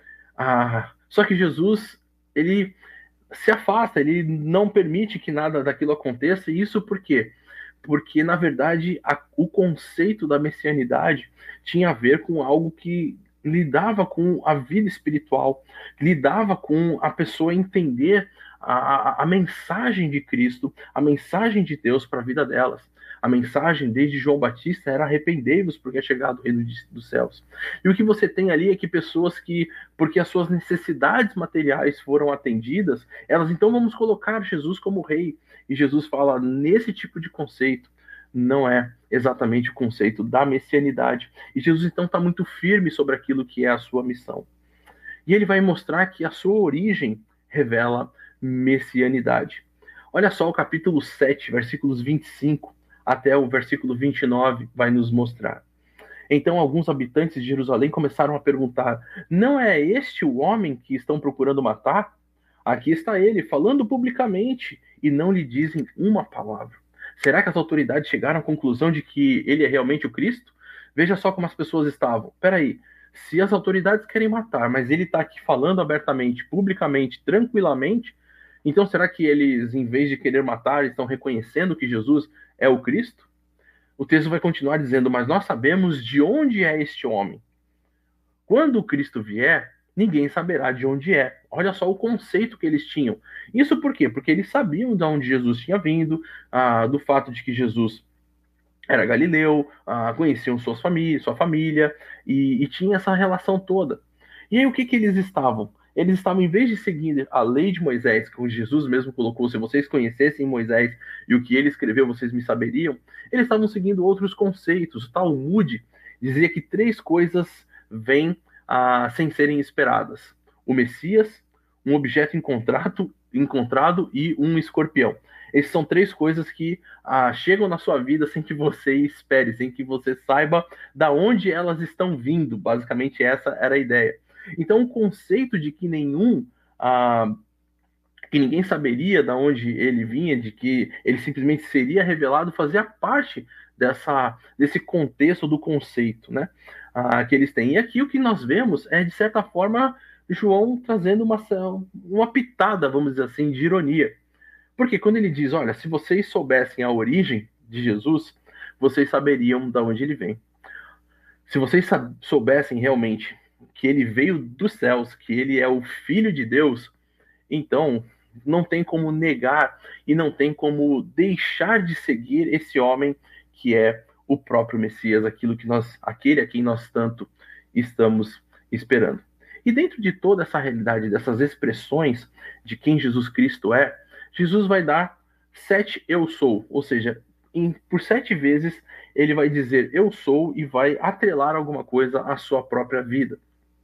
Ah, só que Jesus, ele se afasta, ele não permite que nada daquilo aconteça. E isso por quê? Porque, na verdade, a, o conceito da messianidade tinha a ver com algo que lidava com a vida espiritual, lidava com a pessoa entender a, a, a mensagem de Cristo, a mensagem de Deus para a vida delas. A mensagem desde João Batista era arrependei-vos porque é chegado o reino de, dos céus. E o que você tem ali é que pessoas que, porque as suas necessidades materiais foram atendidas, elas então vamos colocar Jesus como rei. E Jesus fala nesse tipo de conceito, não é exatamente o conceito da messianidade. E Jesus então está muito firme sobre aquilo que é a sua missão. E ele vai mostrar que a sua origem revela messianidade. Olha só o capítulo sete, versículos vinte e cinco até o versículo vinte e nove vai nos mostrar. Então alguns habitantes de Jerusalém começaram a perguntar: não é este o homem que estão procurando matar? Aqui está ele, falando publicamente, e não lhe dizem uma palavra. Será que as autoridades chegaram à conclusão de que ele é realmente o Cristo? Veja só como as pessoas estavam. Peraí, se as autoridades querem matar, mas ele está aqui falando abertamente, publicamente, tranquilamente, então será que eles, em vez de querer matar, estão reconhecendo que Jesus é o Cristo? O texto vai continuar dizendo: mas nós sabemos de onde é este homem. Quando o Cristo vier, ninguém saberá de onde é. Olha só o conceito que eles tinham. Isso por quê? Porque eles sabiam de onde Jesus tinha vindo, ah, do fato de que Jesus era galileu, ah, conheciam suas famílias, sua família, e, e tinha essa relação toda. E aí o que, que eles estavam? Eles estavam, em vez de seguir a lei de Moisés, que Jesus mesmo colocou: se vocês conhecessem Moisés e o que ele escreveu, vocês me saberiam, eles estavam seguindo outros conceitos. O Talmud dizia que três coisas vêm ah, sem serem esperadas: o Messias, um objeto encontrado, encontrado e um escorpião. Essas são três coisas que ah, chegam na sua vida sem que você espere, sem que você saiba da onde elas estão vindo. Basicamente, essa era a ideia. Então, o conceito de que nenhum, ah, que ninguém saberia de onde ele vinha, de que ele simplesmente seria revelado, fazia parte dessa, desse contexto do conceito, né, ah, que eles têm. E aqui o que nós vemos é, de certa forma, João trazendo uma, uma pitada, vamos dizer assim, de ironia. Porque quando ele diz: olha, se vocês soubessem a origem de Jesus, vocês saberiam de onde ele vem. Se vocês soubessem realmente que ele veio dos céus, que ele é o Filho de Deus, então não tem como negar e não tem como deixar de seguir esse homem que é o próprio Messias, aquilo que nós, aquele a quem nós tanto estamos esperando. E dentro de toda essa realidade, dessas expressões de quem Jesus Cristo é, Jesus vai dar sete eu sou, ou seja, em, por sete vezes ele vai dizer eu sou e vai atrelar alguma coisa à sua própria vida.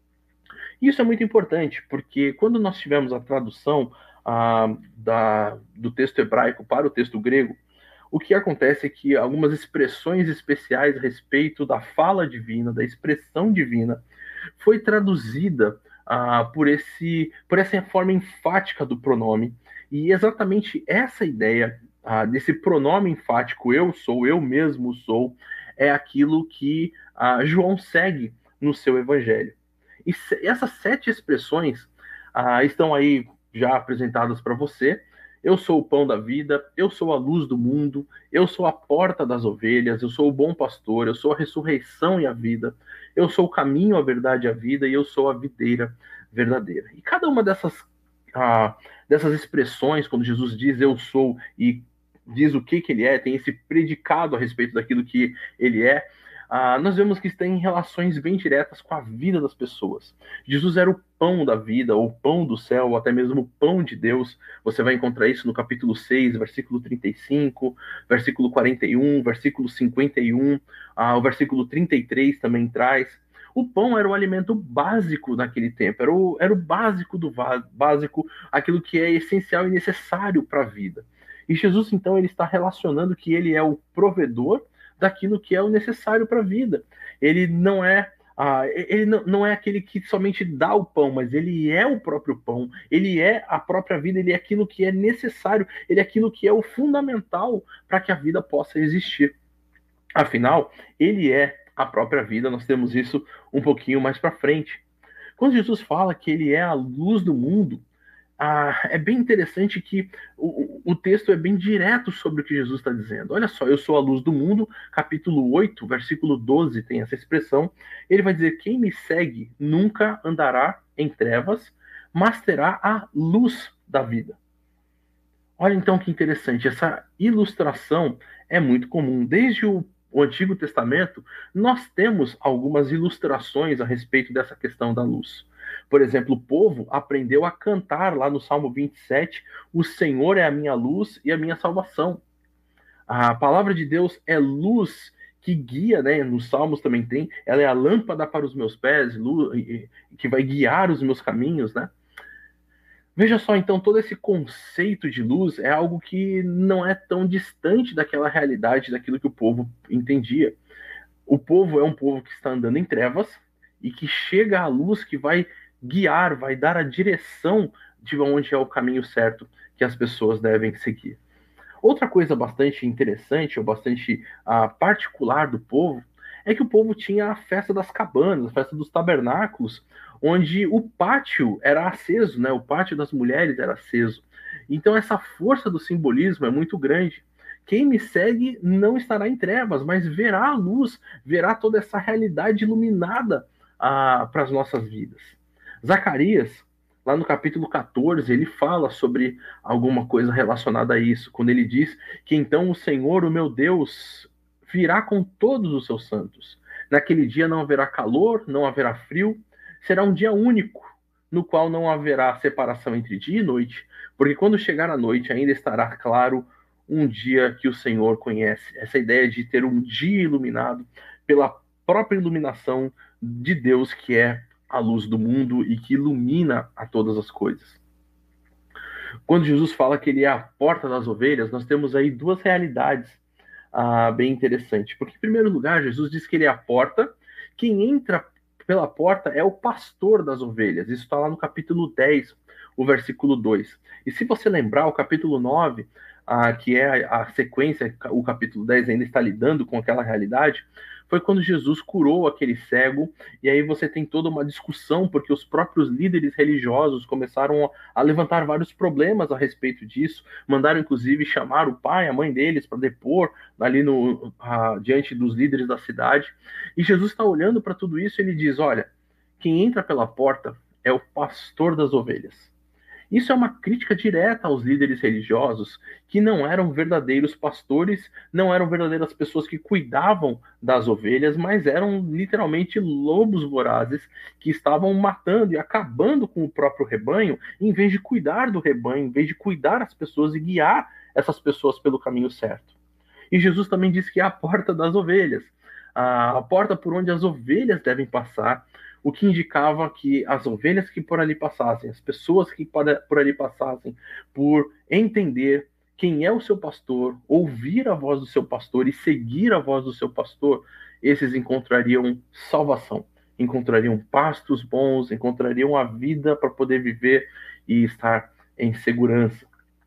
Isso é muito importante, porque quando nós tivemos a tradução ah, da, do texto hebraico para o texto grego, o que acontece é que algumas expressões especiais a respeito da fala divina, da expressão divina, foi traduzida ah, por, esse, por essa forma enfática do pronome. E exatamente essa ideia ah, desse pronome enfático, eu sou, eu mesmo sou, é aquilo que ah, João segue no seu evangelho. E essas sete expressões ah, estão aí já apresentadas para você. Eu sou o pão da vida, eu sou a luz do mundo, eu sou a porta das ovelhas, eu sou o bom pastor, eu sou a ressurreição e a vida, eu sou o caminho, a verdade e a vida, e eu sou a videira verdadeira. E cada uma dessas, ah, dessas expressões, quando Jesus diz eu sou e diz o que, que ele é, tem esse predicado a respeito daquilo que ele é, ah, nós vemos que tem relações bem diretas com a vida das pessoas. Jesus era o pão da vida, ou pão do céu, ou até mesmo o pão de Deus. Você vai encontrar isso no capítulo seis, versículo trinta e cinco, versículo quarenta e um, versículo cinquenta e um, ah, o versículo trinta e três também traz. O pão era o alimento básico naquele tempo, era o, era o básico do básico, aquilo que é essencial e necessário para a vida. E Jesus, então, ele está relacionando que ele é o provedor daquilo que é o necessário para a vida. Ele não é ah, ele não, não é aquele que somente dá o pão, mas ele é o próprio pão, ele é a própria vida, ele é aquilo que é necessário, ele é aquilo que é o fundamental para que a vida possa existir. Afinal, ele é a própria vida, nós temos isso um pouquinho mais para frente. Quando Jesus fala que ele é a luz do mundo, ah, é bem interessante que o, o texto é bem direto sobre o que Jesus está dizendo. Olha só, eu sou a luz do mundo, capítulo oito, versículo doze, tem essa expressão. Ele vai dizer: quem me segue nunca andará em trevas, mas terá a luz da vida. Olha então que interessante, essa ilustração é muito comum. Desde o, o Antigo Testamento, nós temos algumas ilustrações a respeito dessa questão da luz. Por exemplo, o povo aprendeu a cantar lá no Salmo vinte e sete: o Senhor é a minha luz e a minha salvação. A palavra de Deus é luz que guia, né? Nos Salmos também tem, ela é a lâmpada para os meus pés, luz, que vai guiar os meus caminhos, né? Veja só, então, todo esse conceito de luz é algo que não é tão distante daquela realidade, daquilo que o povo entendia. O povo é um povo que está andando em trevas e que chega à luz que vai guiar, vai dar a direção de onde é o caminho certo que as pessoas devem seguir. Outra coisa bastante interessante, ou bastante uh, particular do povo, é que o povo tinha a festa das cabanas, a festa dos tabernáculos, onde o pátio era aceso, né? O pátio das mulheres era aceso. Então essa força do simbolismo é muito grande. Quem me segue não estará em trevas, mas verá a luz, verá toda essa realidade iluminada ah, para as nossas vidas. Zacarias, lá no capítulo quatorze, ele fala sobre alguma coisa relacionada a isso, quando ele diz que então o Senhor, o meu Deus, virá com todos os seus santos. Naquele dia não haverá calor, não haverá frio, será um dia único, no qual não haverá separação entre dia e noite, porque quando chegar a noite ainda estará claro um dia que o Senhor conhece. Essa ideia de ter um dia iluminado pela própria iluminação de Deus, que é a luz do mundo e que ilumina a todas as coisas. Quando Jesus fala que ele é a porta das ovelhas, nós temos aí duas realidades ah, bem interessantes. Porque, em primeiro lugar, Jesus diz que ele é a porta. Quem entra pela porta é o pastor das ovelhas. Isso está lá no capítulo dez, o versículo dois. E se você lembrar, o capítulo nove, ah, que é a, a sequência, o capítulo dez ainda está lidando com aquela realidade, foi quando Jesus curou aquele cego, e aí você tem toda uma discussão, porque os próprios líderes religiosos começaram a, a levantar vários problemas a respeito disso, mandaram inclusive chamar o pai, a mãe deles, para depor ali no, a, diante dos líderes da cidade, e Jesus está olhando para tudo isso e ele diz: olha, quem entra pela porta é o pastor das ovelhas. Isso é uma crítica direta aos líderes religiosos que não eram verdadeiros pastores, não eram verdadeiras pessoas que cuidavam das ovelhas, mas eram literalmente lobos vorazes que estavam matando e acabando com o próprio rebanho, em vez de cuidar do rebanho, em vez de cuidar as pessoas e guiar essas pessoas pelo caminho certo. E Jesus também diz que é a porta das ovelhas, a porta por onde as ovelhas devem passar, o que indicava que as ovelhas que por ali passassem, as pessoas que por ali passassem, por entender quem é o seu pastor, ouvir a voz do seu pastor e seguir a voz do seu pastor, esses encontrariam salvação, encontrariam pastos bons, encontrariam a vida para poder viver e estar em segurança.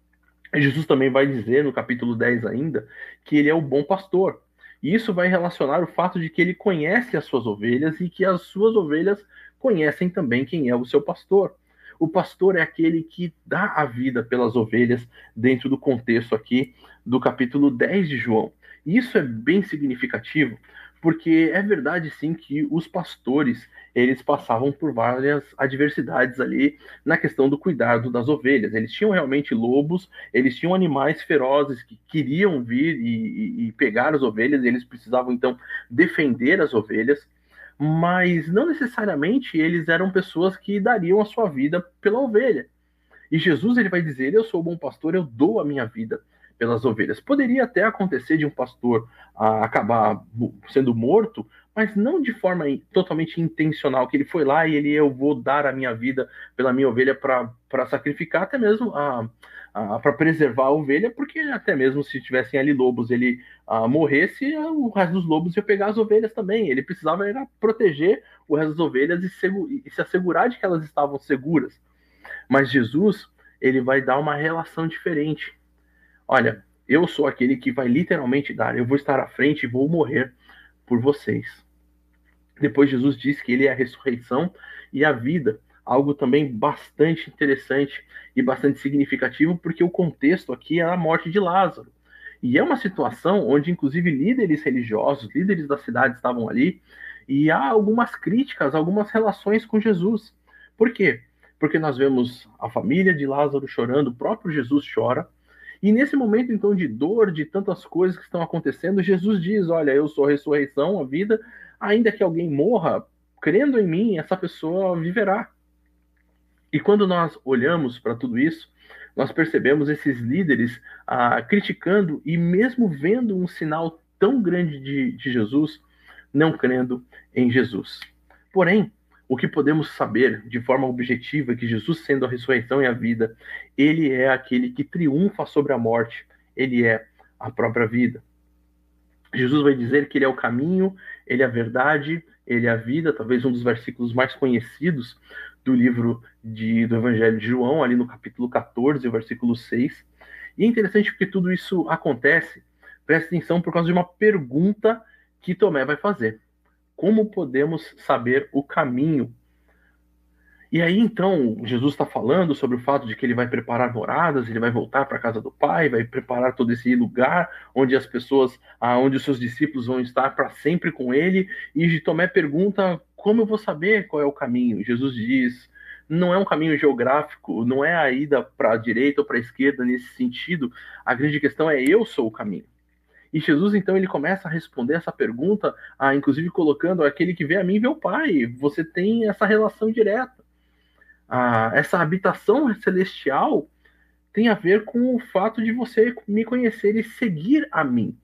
Jesus também vai dizer no capítulo dez ainda que ele é o bom pastor. E isso vai relacionar o fato de que ele conhece as suas ovelhas e que as suas ovelhas conhecem também quem é o seu pastor. O pastor é aquele que dá a vida pelas ovelhas dentro do contexto aqui do capítulo dez de João. E isso é bem significativo, porque é verdade sim que os pastores, eles passavam por várias adversidades ali na questão do cuidado das ovelhas. Eles tinham realmente lobos, eles tinham animais ferozes que queriam vir e, e, e pegar as ovelhas, e eles precisavam então defender as ovelhas, mas não necessariamente eles eram pessoas que dariam a sua vida pela ovelha. E Jesus, ele vai dizer: eu sou o bom pastor, eu dou a minha vida pelas ovelhas. Poderia até acontecer de um pastor ah, acabar sendo morto, mas não de forma totalmente intencional, que ele foi lá e ele, eu vou dar a minha vida pela minha ovelha para sacrificar, até mesmo ah, ah, para preservar a ovelha, porque até mesmo se tivessem ali lobos, ele ah, morresse, o resto dos lobos ia pegar as ovelhas também. Ele precisava era proteger o resto das ovelhas e, e se assegurar de que elas estavam seguras. Mas Jesus, ele vai dar uma relação diferente. Olha, eu sou aquele que vai literalmente dar, eu vou estar à frente e vou morrer por vocês. Depois Jesus diz que ele é a ressurreição e a vida. algo também bastante interessante e bastante significativo, porque o contexto aqui é a morte de Lázaro. E é uma situação onde, inclusive, líderes religiosos, líderes da cidade estavam ali, e há algumas críticas, algumas relações com Jesus. Por quê? Porque nós vemos a família de Lázaro chorando, o próprio Jesus chora, e nesse momento, então, de dor, de tantas coisas que estão acontecendo, Jesus diz, olha, eu sou a ressurreição, a vida, ainda que alguém morra, crendo em mim, essa pessoa viverá. E quando nós olhamos para tudo isso, nós percebemos esses líderes ah, criticando e mesmo vendo um sinal tão grande de, de Jesus, não crendo em Jesus. Porém, o que podemos saber de forma objetiva é que Jesus, sendo a ressurreição e a vida, ele é aquele que triunfa sobre a morte, ele é a própria vida. Jesus vai dizer que ele é o caminho, ele é a verdade, ele é a vida, talvez um dos versículos mais conhecidos do livro de, do Evangelho de João, ali no capítulo quatorze, versículo seis. E é interessante porque tudo isso acontece, presta atenção, por causa de uma pergunta que Tomé vai fazer. Como podemos saber o caminho? E aí, então, Jesus está falando sobre o fato de que ele vai preparar moradas, ele vai voltar para a casa do Pai, vai preparar todo esse lugar onde as pessoas, onde os seus discípulos vão estar para sempre com ele. E Tomé pergunta, como eu vou saber qual é o caminho? Jesus diz, não é um caminho geográfico, não é a ida para a direita ou para a esquerda nesse sentido. A grande questão é, eu sou o caminho. E Jesus, então, ele começa a responder essa pergunta, ah, inclusive colocando, aquele que vê a mim vê o Pai. Você tem essa relação direta. Ah, essa habitação celestial tem a ver com o fato de você me conhecer e seguir a mim.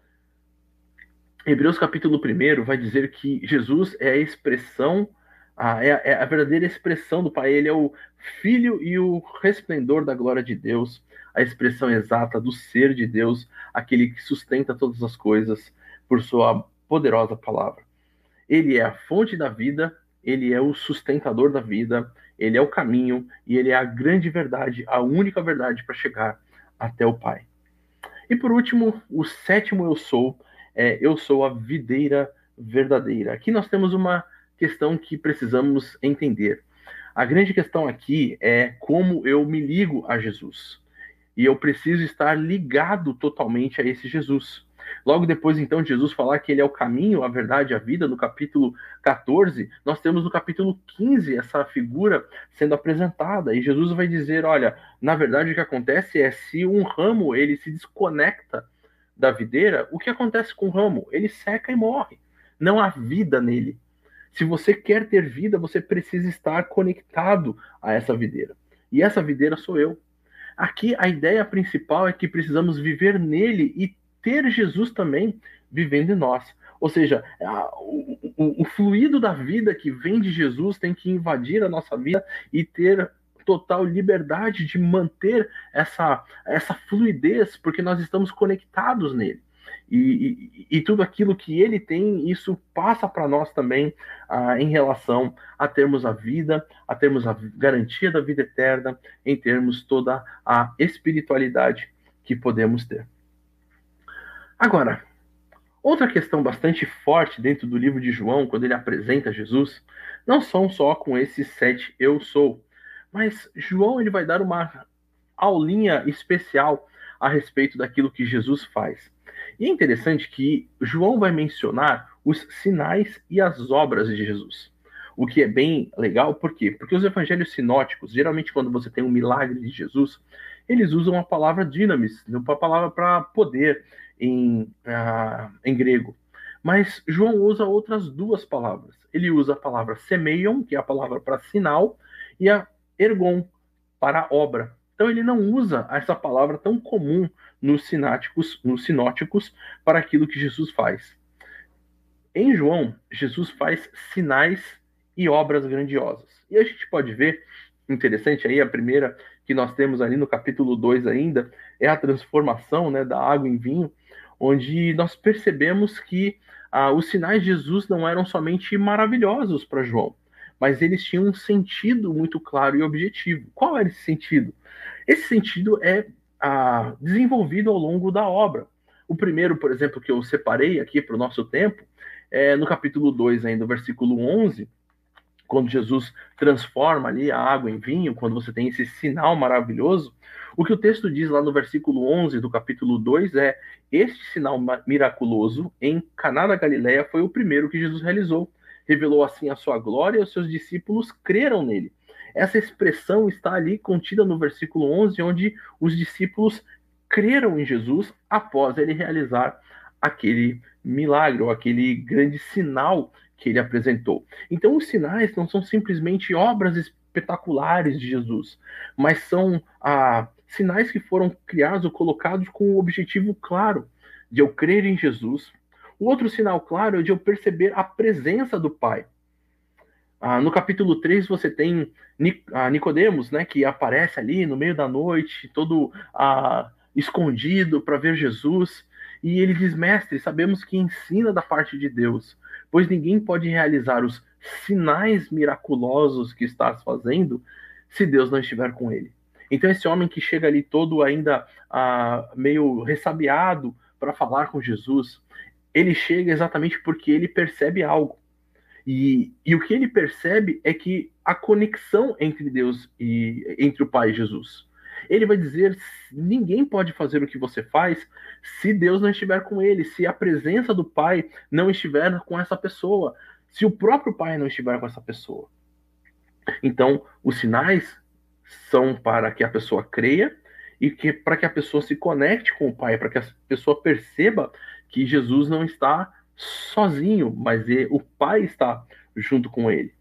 Hebreus capítulo um vai dizer que Jesus é a expressão, ah, é, é a verdadeira expressão do Pai. Ele é o Filho e o resplendor da glória de Deus, a expressão exata do ser de Deus, aquele que sustenta todas as coisas por sua poderosa palavra. Ele é a fonte da vida, ele é o sustentador da vida, ele é o caminho e ele é a grande verdade, a única verdade para chegar até o Pai. E por último, o sétimo eu sou, é, eu sou a videira verdadeira. Aqui nós temos uma questão que precisamos entender. A grande questão aqui é como eu me ligo a Jesus. E eu preciso estar ligado totalmente a esse Jesus. Logo depois, então, de Jesus falar que ele é o caminho, a verdade, a vida, no capítulo quatorze, nós temos no capítulo quinze essa figura sendo apresentada. E Jesus vai dizer, olha, na verdade o que acontece é, se um ramo ele se desconecta da videira, o que acontece com o ramo? Ele seca e morre. Não há vida nele. Se você quer ter vida, você precisa estar conectado a essa videira. E essa videira sou eu. Aqui a ideia principal é que precisamos viver nele e ter Jesus também vivendo em nós. Ou seja, a, o, o, o fluido da vida que vem de Jesus tem que invadir a nossa vida e ter total liberdade de manter essa, essa fluidez, porque nós estamos conectados nele. E, e, e tudo aquilo que ele tem, isso passa para nós também ah, em relação a termos a vida, a termos a garantia da vida eterna, em termos toda a espiritualidade que podemos ter. Agora, outra questão bastante forte dentro do livro de João, quando ele apresenta Jesus, não são só com esses sete eu sou, mas João ele vai dar uma aulinha especial a respeito daquilo que Jesus faz. E é interessante que João vai mencionar os sinais e as obras de Jesus. O que é bem legal, por quê? Porque os evangelhos sinóticos, geralmente quando você tem um milagre de Jesus, eles usam a palavra dynamis, uma palavra para poder em, uh, em grego. Mas João usa outras duas palavras. Ele usa a palavra semeion, que é a palavra para sinal, e a ergon, para obra. Então ele não usa essa palavra tão comum nos sináticos, nos sinóticos para aquilo que Jesus faz. Em João, Jesus faz sinais e obras grandiosas. E a gente pode ver, interessante aí, a primeira que nós temos ali no capítulo dois ainda, é a transformação, né, da água em vinho, onde nós percebemos que ah, os sinais de Jesus não eram somente maravilhosos para João, mas eles tinham um sentido muito claro e objetivo. Qual era esse sentido? Esse sentido é ah, desenvolvido ao longo da obra. O primeiro, por exemplo, que eu separei aqui para o nosso tempo, é no capítulo dois, ainda, no versículo onze, quando Jesus transforma ali a água em vinho, quando você tem esse sinal maravilhoso, o que o texto diz lá no versículo onze do capítulo dois é: este sinal miraculoso em Caná da Galileia foi o primeiro que Jesus realizou. Revelou assim a sua glória e os seus discípulos creram nele. Essa expressão está ali contida no versículo onze, onde os discípulos creram em Jesus após ele realizar aquele milagre, ou aquele grande sinal que ele apresentou. Então, os sinais não são simplesmente obras espetaculares de Jesus, mas são ah, sinais que foram criados ou colocados com um objetivo claro, de eu crer em Jesus. O outro sinal claro é de eu perceber a presença do Pai. Ah, no capítulo três você tem Nicodemos, né, que aparece ali no meio da noite, todo ah, escondido para ver Jesus, e ele diz: mestre, sabemos que ensina da parte de Deus, pois ninguém pode realizar os sinais miraculosos que estás fazendo se Deus não estiver com ele. Então esse homem que chega ali todo ainda ah, meio ressabiado para falar com Jesus, ele chega exatamente porque ele percebe algo. E, e o que ele percebe é que a conexão entre Deus e entre o Pai e Jesus. Ele vai dizer: ninguém pode fazer o que você faz se Deus não estiver com ele, se a presença do Pai não estiver com essa pessoa, se o próprio Pai não estiver com essa pessoa. Então, os sinais são para que a pessoa creia e que, para que a pessoa se conecte com o Pai, para que a pessoa perceba que Jesus não está sozinho, mas o Pai está junto com ele.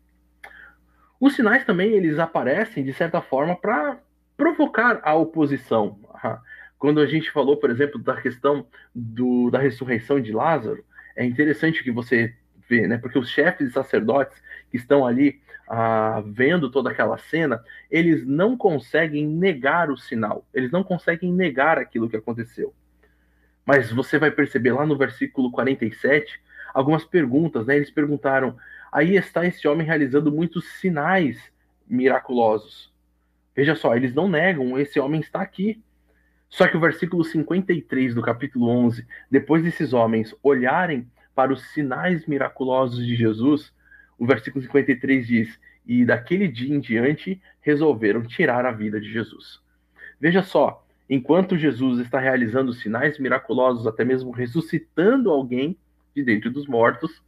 Os sinais também, eles aparecem de certa forma para provocar a oposição. Quando a gente falou, por exemplo, da questão do, da ressurreição de Lázaro, é interessante que você vê, né? Porque os chefes e sacerdotes que estão ali ah, vendo toda aquela cena, eles não conseguem negar o sinal, eles não conseguem negar aquilo que aconteceu. Mas você vai perceber lá no versículo quarenta e sete, algumas perguntas, né? Eles perguntaram: aí está esse homem realizando muitos sinais miraculosos. Veja só, eles não negam, esse homem está aqui. Só que o versículo cinquenta e três do capítulo onze, depois desses homens olharem para os sinais miraculosos de Jesus, o versículo cinquenta e três diz: e daquele dia em diante resolveram tirar a vida de Jesus. Veja só, enquanto Jesus está realizando sinais miraculosos, até mesmo ressuscitando alguém de dentro dos mortos,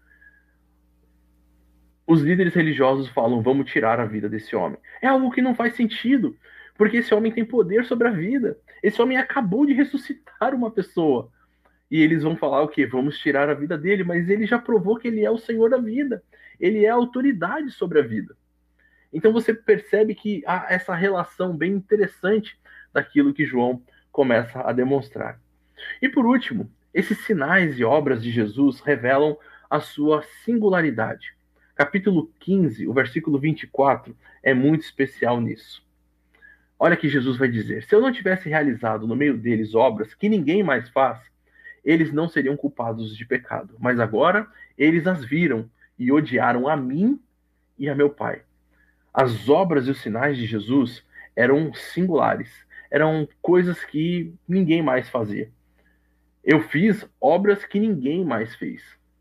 os líderes religiosos falam: vamos tirar a vida desse homem. É algo que não faz sentido, porque esse homem tem poder sobre a vida. Esse homem acabou de ressuscitar uma pessoa. E eles vão falar o quê? Vamos tirar a vida dele, mas ele já provou que ele é o Senhor da vida. Ele é a autoridade sobre a vida. Então você percebe que há essa relação bem interessante daquilo que João começa a demonstrar. E por último, esses sinais e obras de Jesus revelam a sua singularidade. Capítulo quinze, o versículo vinte e quatro, é muito especial nisso. Olha que Jesus vai dizer: se eu não tivesse realizado no meio deles obras que ninguém mais faz, eles não seriam culpados de pecado. Mas agora eles as viram e odiaram a mim e a meu Pai. As obras e os sinais de Jesus eram singulares, eram coisas que ninguém mais fazia. Eu fiz obras que ninguém mais fez.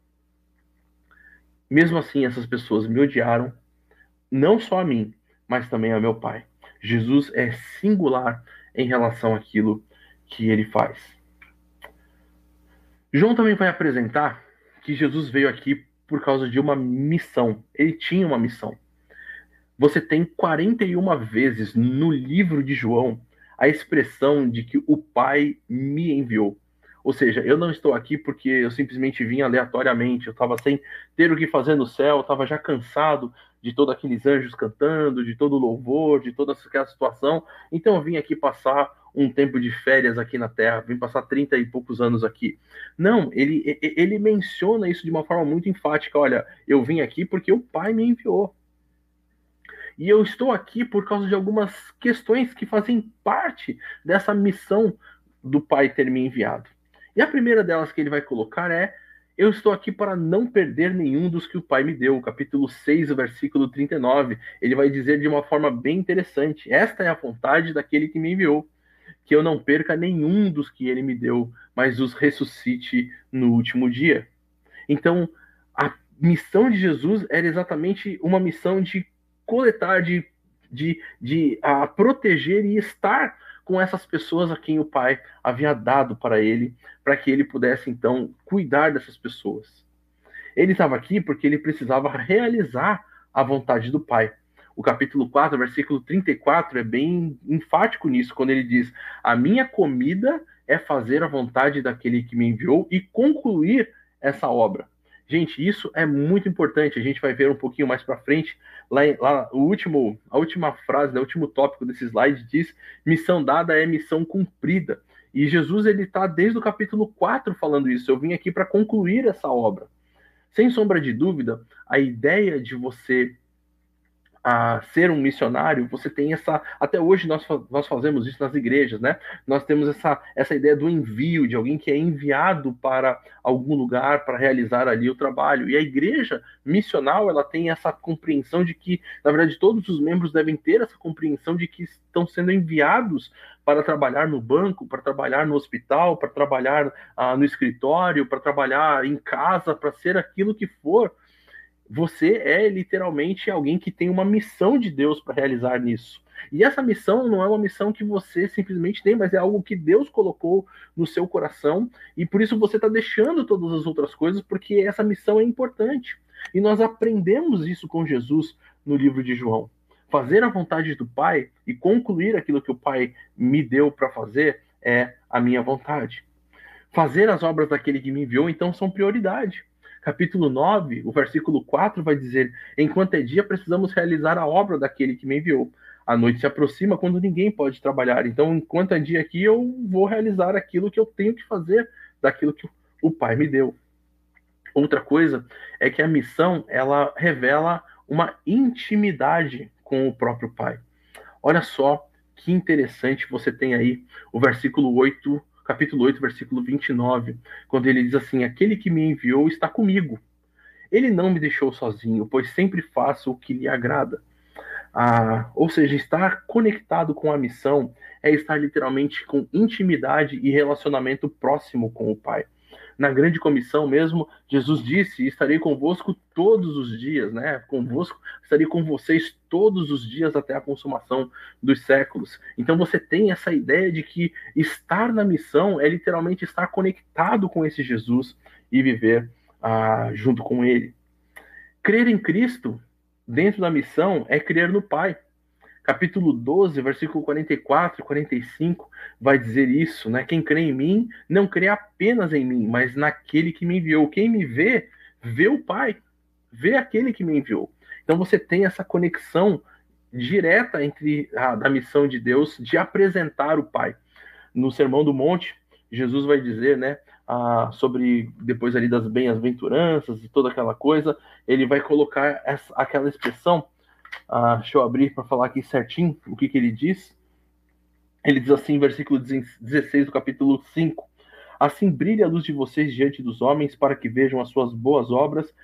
Mesmo assim, essas pessoas me odiaram, não só a mim, mas também a meu Pai. Jesus é singular em relação àquilo que ele faz. João também vai apresentar que Jesus veio aqui por causa de uma missão. Ele tinha uma missão. Você tem quarenta e uma vezes no livro de João a expressão de que o Pai me enviou. Ou seja, eu não estou aqui porque eu simplesmente vim aleatoriamente, eu estava sem ter o que fazer no céu, eu estava já cansado de todos aqueles anjos cantando, de todo o louvor, de toda aquela situação, então eu vim aqui passar um tempo de férias aqui na Terra, vim passar trinta e poucos anos aqui. Não, ele, ele menciona isso de uma forma muito enfática: olha, eu vim aqui porque o Pai me enviou. E eu estou aqui por causa de algumas questões que fazem parte dessa missão do Pai ter me enviado. E a primeira delas que ele vai colocar é: eu estou aqui para não perder nenhum dos que o Pai me deu. Capítulo seis, versículo trinta e nove. Ele vai dizer de uma forma bem interessante: esta é a vontade daquele que me enviou, que eu não perca nenhum dos que ele me deu, mas os ressuscite no último dia. Então, a missão de Jesus era exatamente uma missão de coletar, de, de, de a, proteger e estar com essas pessoas a quem o Pai havia dado para ele, para que ele pudesse, então, cuidar dessas pessoas. Ele estava aqui porque ele precisava realizar a vontade do Pai. O capítulo quatro, versículo trinta e quatro, é bem enfático nisso, quando ele diz: a minha comida é fazer a vontade daquele que me enviou e concluir essa obra. Gente, isso é muito importante. A gente vai ver um pouquinho mais para frente. Lá, lá o último, a última frase, né, o último tópico desse slide diz: missão dada é missão cumprida. E Jesus ele está desde o capítulo quatro falando isso. Eu vim aqui para concluir essa obra. Sem sombra de dúvida, a ideia de você a ser um missionário, você tem essa... Até hoje nós, nós fazemos isso nas igrejas, né? Nós temos essa, essa ideia do envio, de alguém que é enviado para algum lugar para realizar ali o trabalho. E a igreja missional, ela tem essa compreensão de que, na verdade, todos os membros devem ter essa compreensão de que estão sendo enviados para trabalhar no banco, para trabalhar no hospital, para trabalhar ah, no escritório, para trabalhar em casa, para ser aquilo que for. Você é literalmente alguém que tem uma missão de Deus para realizar nisso. E essa missão não é uma missão que você simplesmente tem, mas é algo que Deus colocou no seu coração, e por isso você está deixando todas as outras coisas, porque essa missão é importante. E nós aprendemos isso com Jesus no livro de João. Fazer a vontade do Pai e concluir aquilo que o Pai me deu para fazer é a minha vontade. Fazer as obras daquele que me enviou, então, são prioridade. Capítulo nove, o versículo quatro vai dizer: enquanto é dia, precisamos realizar a obra daquele que me enviou. A noite se aproxima quando ninguém pode trabalhar. Então, enquanto é dia aqui, eu vou realizar aquilo que eu tenho que fazer, daquilo que o Pai me deu. Outra coisa é que a missão, ela revela uma intimidade com o próprio Pai. Olha só que interessante, você tem aí o versículo oito, capítulo oito, versículo vinte e nove, quando ele diz assim: aquele que me enviou está comigo. Ele não me deixou sozinho, pois sempre faço o que lhe agrada. Ah, ou seja, estar conectado com a missão é estar literalmente com intimidade e relacionamento próximo com o Pai. Na grande comissão mesmo, Jesus disse: estarei convosco todos os dias, né? Convosco, estarei com vocês todos os dias até a consumação dos séculos. Então você tem essa ideia de que estar na missão é literalmente estar conectado com esse Jesus e viver ah, junto com ele. Crer em Cristo dentro da missão é crer no Pai. Capítulo doze, versículo quarenta e quatro e quarenta e cinco vai dizer isso, né? Quem crê em mim, não crê apenas em mim, mas naquele que me enviou. Quem me vê, vê o Pai, vê aquele que me enviou. Então você tem essa conexão direta entre a da missão de Deus de apresentar o Pai. No Sermão do Monte, Jesus vai dizer, né, ah, sobre, depois ali das bem-aventuranças e toda aquela coisa, ele vai colocar essa, aquela expressão. Ah, deixa eu abrir para falar aqui certinho o que, que ele diz. Ele diz assim, versículo dezesseis do capítulo cinco: assim brilha a luz de vocês diante dos homens, para que vejam as suas boas obras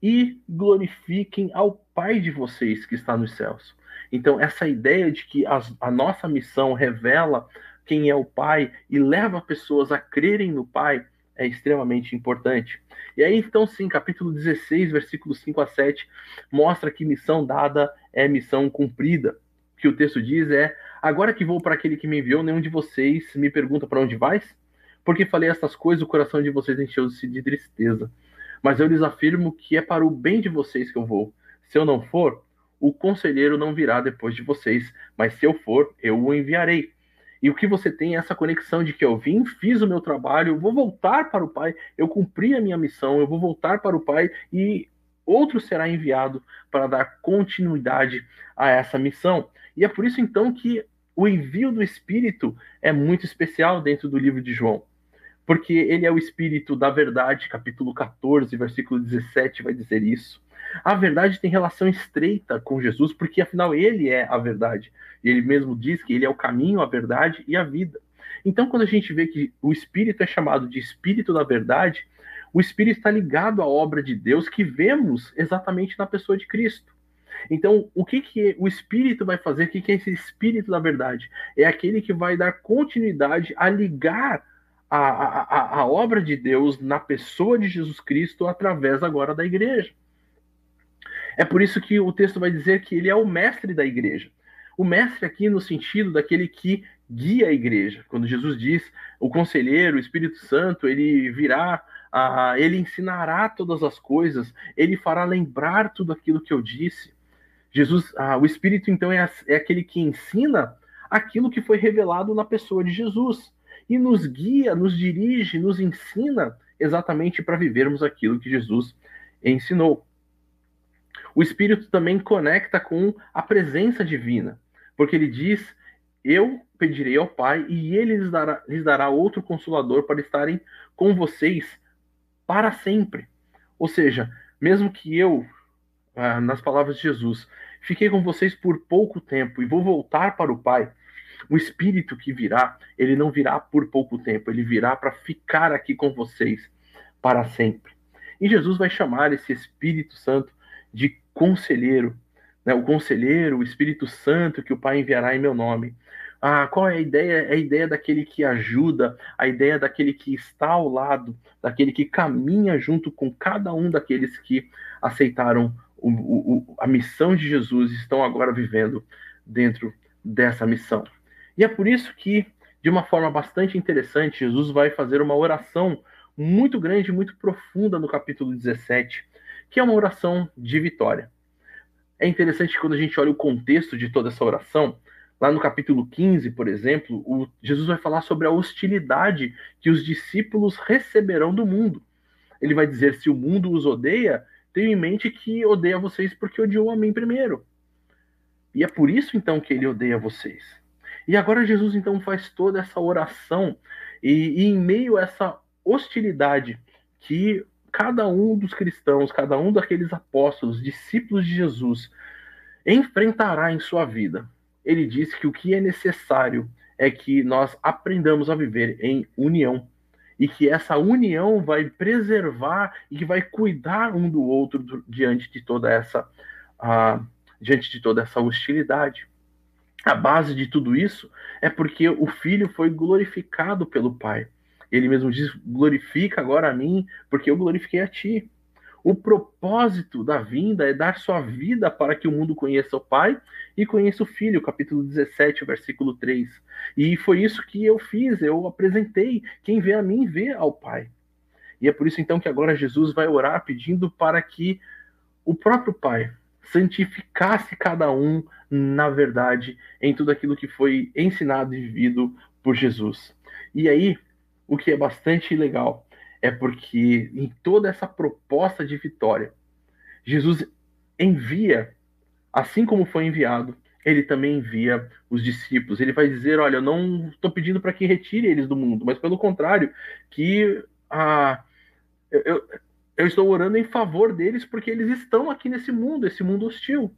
e glorifiquem ao Pai de vocês que está nos céus. Então, essa ideia de que a, a nossa missão revela quem é o Pai e leva pessoas a crerem no Pai é extremamente importante. E aí, então, sim, capítulo dezesseis, versículos cinco a sete, mostra que missão dada é missão cumprida. O que o texto diz é: agora que vou para aquele que me enviou, nenhum de vocês me pergunta para onde vais? Porque falei estas coisas, o coração de vocês encheu-se de tristeza. Mas eu lhes afirmo que é para o bem de vocês que eu vou. Se eu não for, o conselheiro não virá depois de vocês, mas se eu for, eu o enviarei. E o que você tem é essa conexão de que eu vim, fiz o meu trabalho, eu vou voltar para o Pai, eu cumpri a minha missão, eu vou voltar para o Pai e outro será enviado para dar continuidade a essa missão. E é por isso então que o envio do Espírito é muito especial dentro do livro de João. Porque ele é o Espírito da verdade, capítulo quatorze, versículo dezessete vai dizer isso. A verdade tem relação estreita com Jesus, porque afinal ele é a verdade. E ele mesmo diz que ele é o caminho, a verdade e a vida. Então, quando a gente vê que o Espírito é chamado de Espírito da verdade, o Espírito está ligado à obra de Deus que vemos exatamente na pessoa de Cristo. Então, o que, que o Espírito vai fazer? O que, que é esse Espírito da verdade? É aquele que vai dar continuidade a ligar a, a, a, a obra de Deus na pessoa de Jesus Cristo através agora da igreja. É por isso que o texto vai dizer que ele é o mestre da igreja. O mestre aqui no sentido daquele que guia a igreja. Quando Jesus diz, o conselheiro, o Espírito Santo, ele virá, ah, ele ensinará todas as coisas, ele fará lembrar tudo aquilo que eu disse. Jesus, ah, o Espírito, então, é, é aquele que ensina aquilo que foi revelado na pessoa de Jesus. E nos guia, nos dirige, nos ensina exatamente para vivermos aquilo que Jesus ensinou. O Espírito também conecta com a presença divina, porque ele diz, eu pedirei ao Pai e ele lhes dará, lhes dará outro consolador para estarem com vocês para sempre. Ou seja, mesmo que eu, ah, nas palavras de Jesus, fiquei com vocês por pouco tempo e vou voltar para o Pai, o Espírito que virá, ele não virá por pouco tempo, ele virá para ficar aqui com vocês para sempre. E Jesus vai chamar esse Espírito Santo de conselheiro, né? O conselheiro, o Espírito Santo que o Pai enviará em meu nome. Ah, qual é a ideia? É a ideia daquele que ajuda, a ideia daquele que está ao lado, daquele que caminha junto com cada um daqueles que aceitaram o, o, a missão de Jesus e estão agora vivendo dentro dessa missão. E é por isso que, de uma forma bastante interessante, Jesus vai fazer uma oração muito grande, muito profunda no capítulo dezessete, que é uma oração de vitória. É interessante quando a gente olha o contexto de toda essa oração, lá no capítulo quinze, por exemplo, o, Jesus vai falar sobre a hostilidade que os discípulos receberão do mundo. Ele vai dizer, se o mundo os odeia, tenham em mente que odeia vocês porque odiou a mim primeiro. E é por isso, então, que ele odeia vocês. E agora Jesus, então, faz toda essa oração e, e em meio a essa hostilidade que cada um dos cristãos, cada um daqueles apóstolos, discípulos de Jesus, enfrentará em sua vida. Ele diz que o que é necessário é que nós aprendamos a viver em união. E que essa união vai preservar e que vai cuidar um do outro do, diante de toda essa, uh, diante de toda essa hostilidade. A base de tudo isso é porque o Filho foi glorificado pelo Pai. Ele mesmo diz, glorifica agora a mim, porque eu glorifiquei a ti. O propósito da vinda é dar sua vida para que o mundo conheça o Pai e conheça o Filho, capítulo dezessete, versículo três. E foi isso que eu fiz, eu apresentei. Quem vê a mim, vê ao Pai. E é por isso, então, que agora Jesus vai orar pedindo para que o próprio Pai santificasse cada um na verdade, em tudo aquilo que foi ensinado e vivido por Jesus. E aí, o que é bastante legal é porque em toda essa proposta de vitória, Jesus envia, assim como foi enviado, ele também envia os discípulos. Ele vai dizer, olha, eu não estou pedindo para que retire eles do mundo, mas pelo contrário, que ah, eu, eu estou orando em favor deles porque eles estão aqui nesse mundo, esse mundo hostil.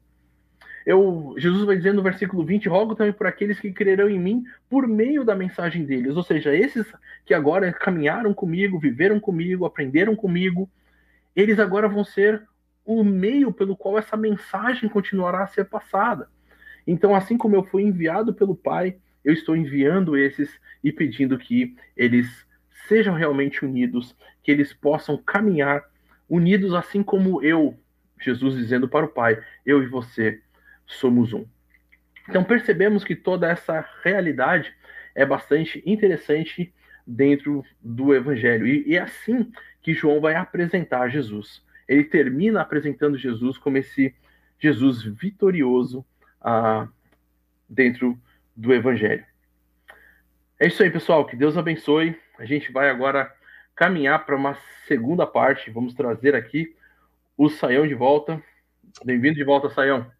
Eu, Jesus vai dizer no versículo vinte, rogo também por aqueles que crerão em mim por meio da mensagem deles. Ou seja, esses que agora caminharam comigo, viveram comigo, aprenderam comigo, eles agora vão ser o meio pelo qual essa mensagem continuará a ser passada. Então, assim como eu fui enviado pelo Pai, eu estou enviando esses e pedindo que eles sejam realmente unidos, que eles possam caminhar unidos assim como eu, Jesus dizendo para o Pai, eu e você somos um. Então percebemos que toda essa realidade é bastante interessante dentro do Evangelho. E, e é assim que João vai apresentar Jesus. Ele termina apresentando Jesus como esse Jesus vitorioso ah, dentro do Evangelho. É isso aí, pessoal. Que Deus abençoe. A gente vai agora caminhar para uma segunda parte. Vamos trazer aqui o Saião de volta. Bem-vindo de volta, Saião.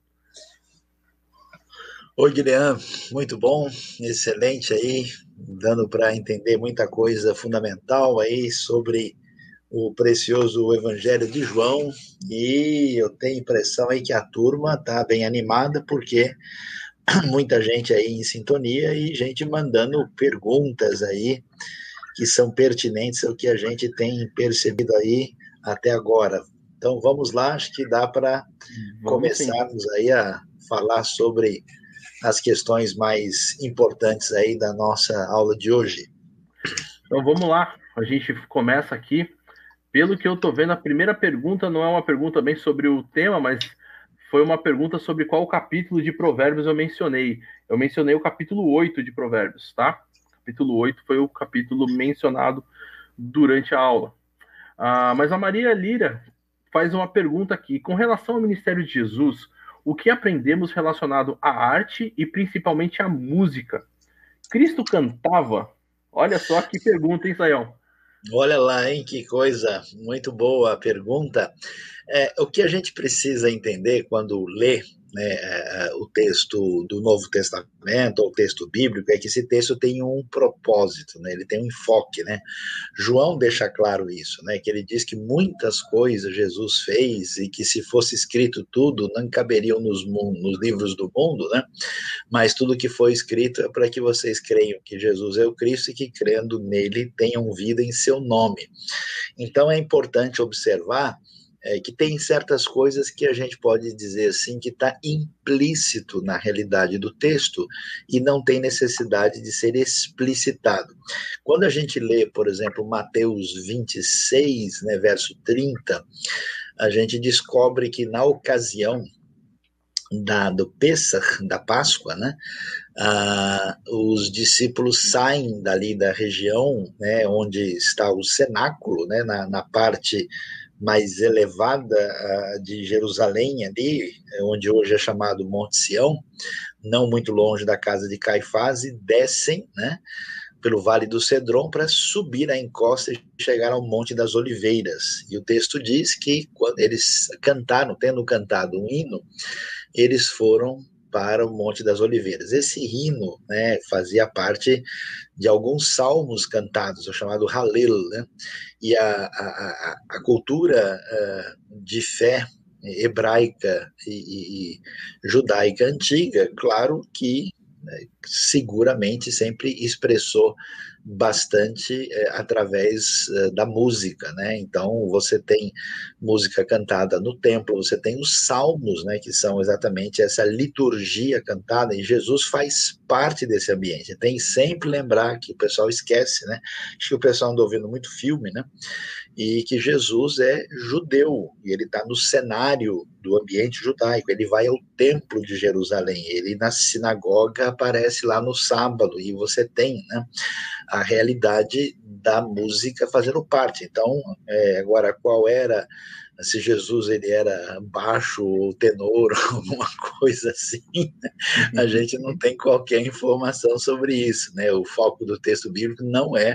Oi, Guilherme, muito bom, excelente aí, dando para entender muita coisa fundamental aí sobre o precioso Evangelho de João, e eu tenho a impressão aí que a turma está bem animada, porque muita gente aí em sintonia e gente mandando perguntas aí que são pertinentes ao que a gente tem percebido aí até agora. Então vamos lá, acho que dá para começarmos sim. aí a falar sobre as questões mais importantes aí da nossa aula de hoje. Então vamos lá, a gente começa aqui. Pelo que eu estou vendo, a primeira pergunta não é uma pergunta bem sobre o tema, mas foi uma pergunta sobre qual capítulo de Provérbios eu mencionei. Eu mencionei o capítulo oito de Provérbios, tá? Capítulo oito foi o capítulo mencionado durante a aula. Ah, mas a Maria Lira faz uma pergunta aqui. Com relação ao ministério de Jesus, o que aprendemos relacionado à arte e principalmente à música? Cristo cantava? Olha só que pergunta, hein, Sayão? Olha lá, hein? Que coisa muito boa a pergunta. É, o que a gente precisa entender quando lê, né, é, o texto do Novo Testamento, ou o texto bíblico, é que esse texto tem um propósito, né, ele tem um enfoque. Né? João deixa claro isso, né, que ele diz que muitas coisas Jesus fez e que se fosse escrito tudo, não caberiam nos, nos livros do mundo, né? Mas tudo que foi escrito é para que vocês creiam que Jesus é o Cristo e que, crendo nele, tenham vida em seu nome. Então é importante observar é, que tem certas coisas que a gente pode dizer assim que está implícito na realidade do texto e não tem necessidade de ser explicitado. Quando a gente lê, por exemplo, Mateus vinte e seis, né, verso trinta, a gente descobre que na ocasião da, do Pêssar, da Páscoa, né, ah, os discípulos saem dali da região, né, onde está o cenáculo, né, na, na parte mais elevada uh, de Jerusalém, ali, onde hoje é chamado Monte Sião, não muito longe da casa de Caifás, e descem, né, pelo Vale do Cedron para subir a encosta e chegar ao Monte das Oliveiras. E o texto diz que quando eles cantaram, tendo cantado um hino, eles foram para o Monte das Oliveiras. Esse hino, né, fazia parte de alguns salmos cantados, o chamado Halel, né? E a, a, a cultura uh, de fé hebraica e, e judaica antiga, claro que né, seguramente sempre expressou bastante é, através é, da música, né? Então você tem música cantada no templo, você tem os salmos, né, que são exatamente essa liturgia cantada, e Jesus faz parte desse ambiente. Tem sempre lembrar que o pessoal esquece, né? Acho que o pessoal anda ouvindo muito filme, né? E que Jesus é judeu, e ele está no cenário do ambiente judaico, ele vai ao templo de Jerusalém, ele na sinagoga aparece lá no sábado, e você tem, né, a realidade da música fazendo parte. Então, é, agora, qual era, se Jesus ele era baixo ou tenor, alguma coisa assim, a gente não tem qualquer informação sobre isso, né? O foco do texto bíblico não é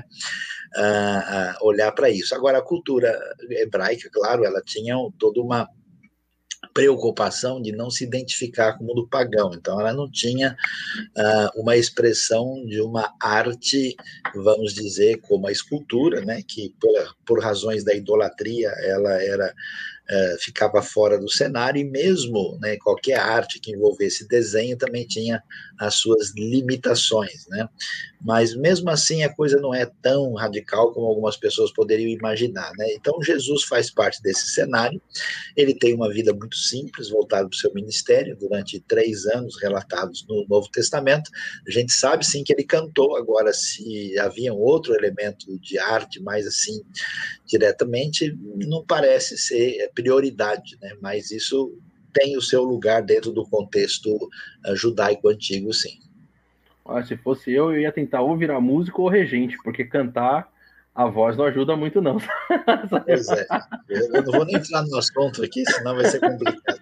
uh, uh, olhar para isso. Agora, a cultura hebraica, claro, ela tinha toda uma preocupação de não se identificar com o mundo pagão, então ela não tinha uh, uma expressão de uma arte, vamos dizer, como a escultura, né, que por, por razões da idolatria ela era Uh, ficava fora do cenário, e mesmo, né, qualquer arte que envolvesse desenho também tinha as suas limitações, né? Mas mesmo assim a coisa não é tão radical como algumas pessoas poderiam imaginar, né? Então Jesus faz parte desse cenário, ele tem uma vida muito simples, voltado para o seu ministério, durante três anos relatados no Novo Testamento. A gente sabe sim que ele cantou, agora se havia um outro elemento de arte mais assim, diretamente, não parece ser prioridade, né? Mas isso tem o seu lugar dentro do contexto uh, judaico antigo, sim. Ah, se fosse eu, eu ia tentar ou virar músico ou regente, porque cantar, a voz não ajuda muito, não. Pois é. Eu não vou nem entrar no assunto aqui, senão vai ser complicado.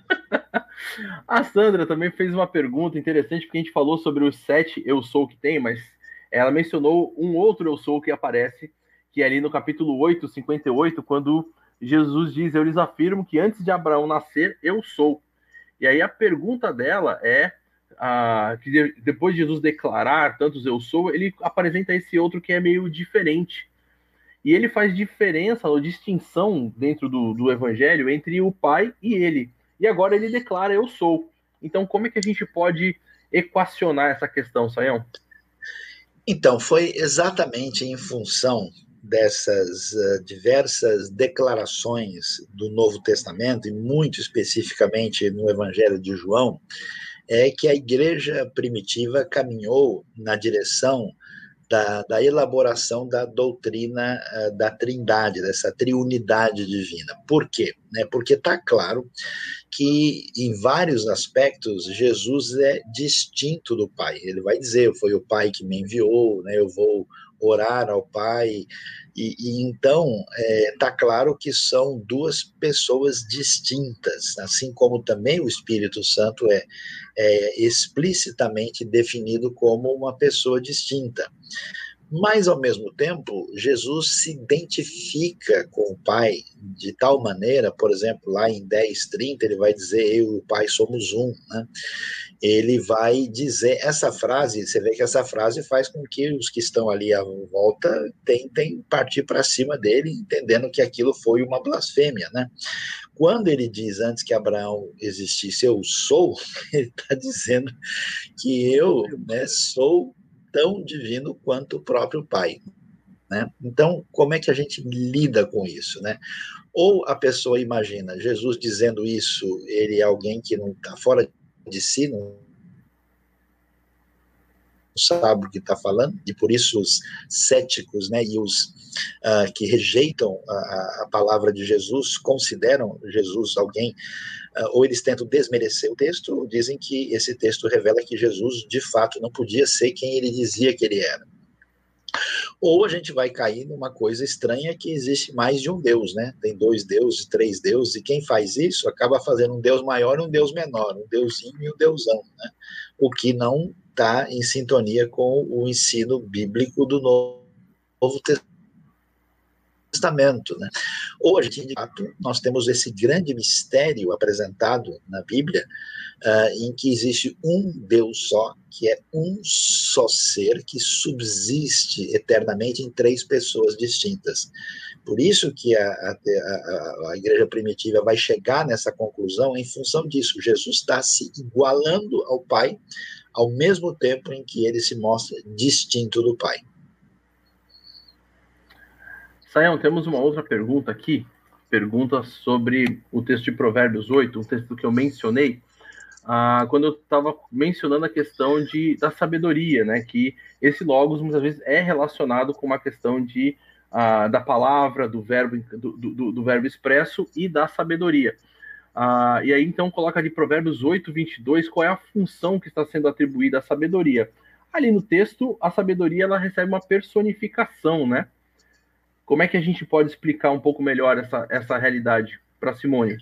A Sandra também fez uma pergunta interessante, porque a gente falou sobre os sete eu sou que tem, mas ela mencionou um outro eu sou que aparece, que é ali no capítulo oito, cinquenta e oito, quando Jesus diz: eu lhes afirmo que antes de Abraão nascer, eu sou. E aí a pergunta dela é, ah, que de, depois de Jesus declarar tantos eu sou, ele apresenta esse outro que é meio diferente. E ele faz diferença, ou distinção dentro do, do evangelho entre o pai e ele. E agora ele declara eu sou. Então como é que a gente pode equacionar essa questão, Sayão? Então, foi exatamente em função dessas uh, diversas declarações do Novo Testamento, e muito especificamente no Evangelho de João, é que a igreja primitiva caminhou na direção da, da elaboração da doutrina uh, da trindade, dessa triunidade divina. Por quê? Né? Porque está claro que, em vários aspectos, Jesus é distinto do Pai. Ele vai dizer, foi o Pai que me enviou, né? Eu vou orar ao Pai, e, e então está é, claro que são duas pessoas distintas, assim como também o Espírito Santo é, é explicitamente definido como uma pessoa distinta. Mas, ao mesmo tempo, Jesus se identifica com o Pai de tal maneira, por exemplo, lá em dez, trinta, ele vai dizer, eu e o Pai somos um, né? Ele vai dizer essa frase, você vê que essa frase faz com que os que estão ali à volta tentem partir para cima dele, entendendo que aquilo foi uma blasfêmia, né? Quando ele diz, antes que Abraão existisse, eu sou, ele está dizendo que eu, né, sou tão divino quanto o próprio Pai, né? Então, como é que a gente lida com isso, né? Ou a pessoa imagina, Jesus dizendo isso, ele é alguém que não está fora de si, não sabe o que está falando, e por isso os céticos, né, e os uh, que rejeitam a, a palavra de Jesus, consideram Jesus alguém, uh, ou eles tentam desmerecer o texto, ou dizem que esse texto revela que Jesus, de fato, não podia ser quem ele dizia que ele era. Ou a gente vai cair numa coisa estranha que existe mais de um Deus, né? Tem dois deuses, três deuses, e quem faz isso acaba fazendo um Deus maior e um Deus menor, um deusinho e um deusão, né? O que não está em sintonia com o ensino bíblico do Novo Testamento, né? Ou a gente, de fato, nós temos esse grande mistério apresentado na Bíblia, Uh, em que existe um Deus só, que é um só ser que subsiste eternamente em três pessoas distintas. Por isso que a, a, a, a igreja primitiva vai chegar nessa conclusão em função disso. Jesus está se igualando ao Pai, ao mesmo tempo em que ele se mostra distinto do Pai. Sayão, temos uma outra pergunta aqui, pergunta sobre o texto de Provérbios oito, um texto que eu mencionei, Ah, quando eu estava mencionando a questão de, da sabedoria, né, que esse logos muitas vezes é relacionado com uma questão de, ah, da palavra, do verbo, do, do, do verbo expresso e da sabedoria. Ah, e aí então coloca de Provérbios oito, vinte e dois, qual é a função que está sendo atribuída à sabedoria. Ali no texto, a sabedoria ela recebe uma personificação, né? Como é que a gente pode explicar um pouco melhor essa, essa realidade para Simone?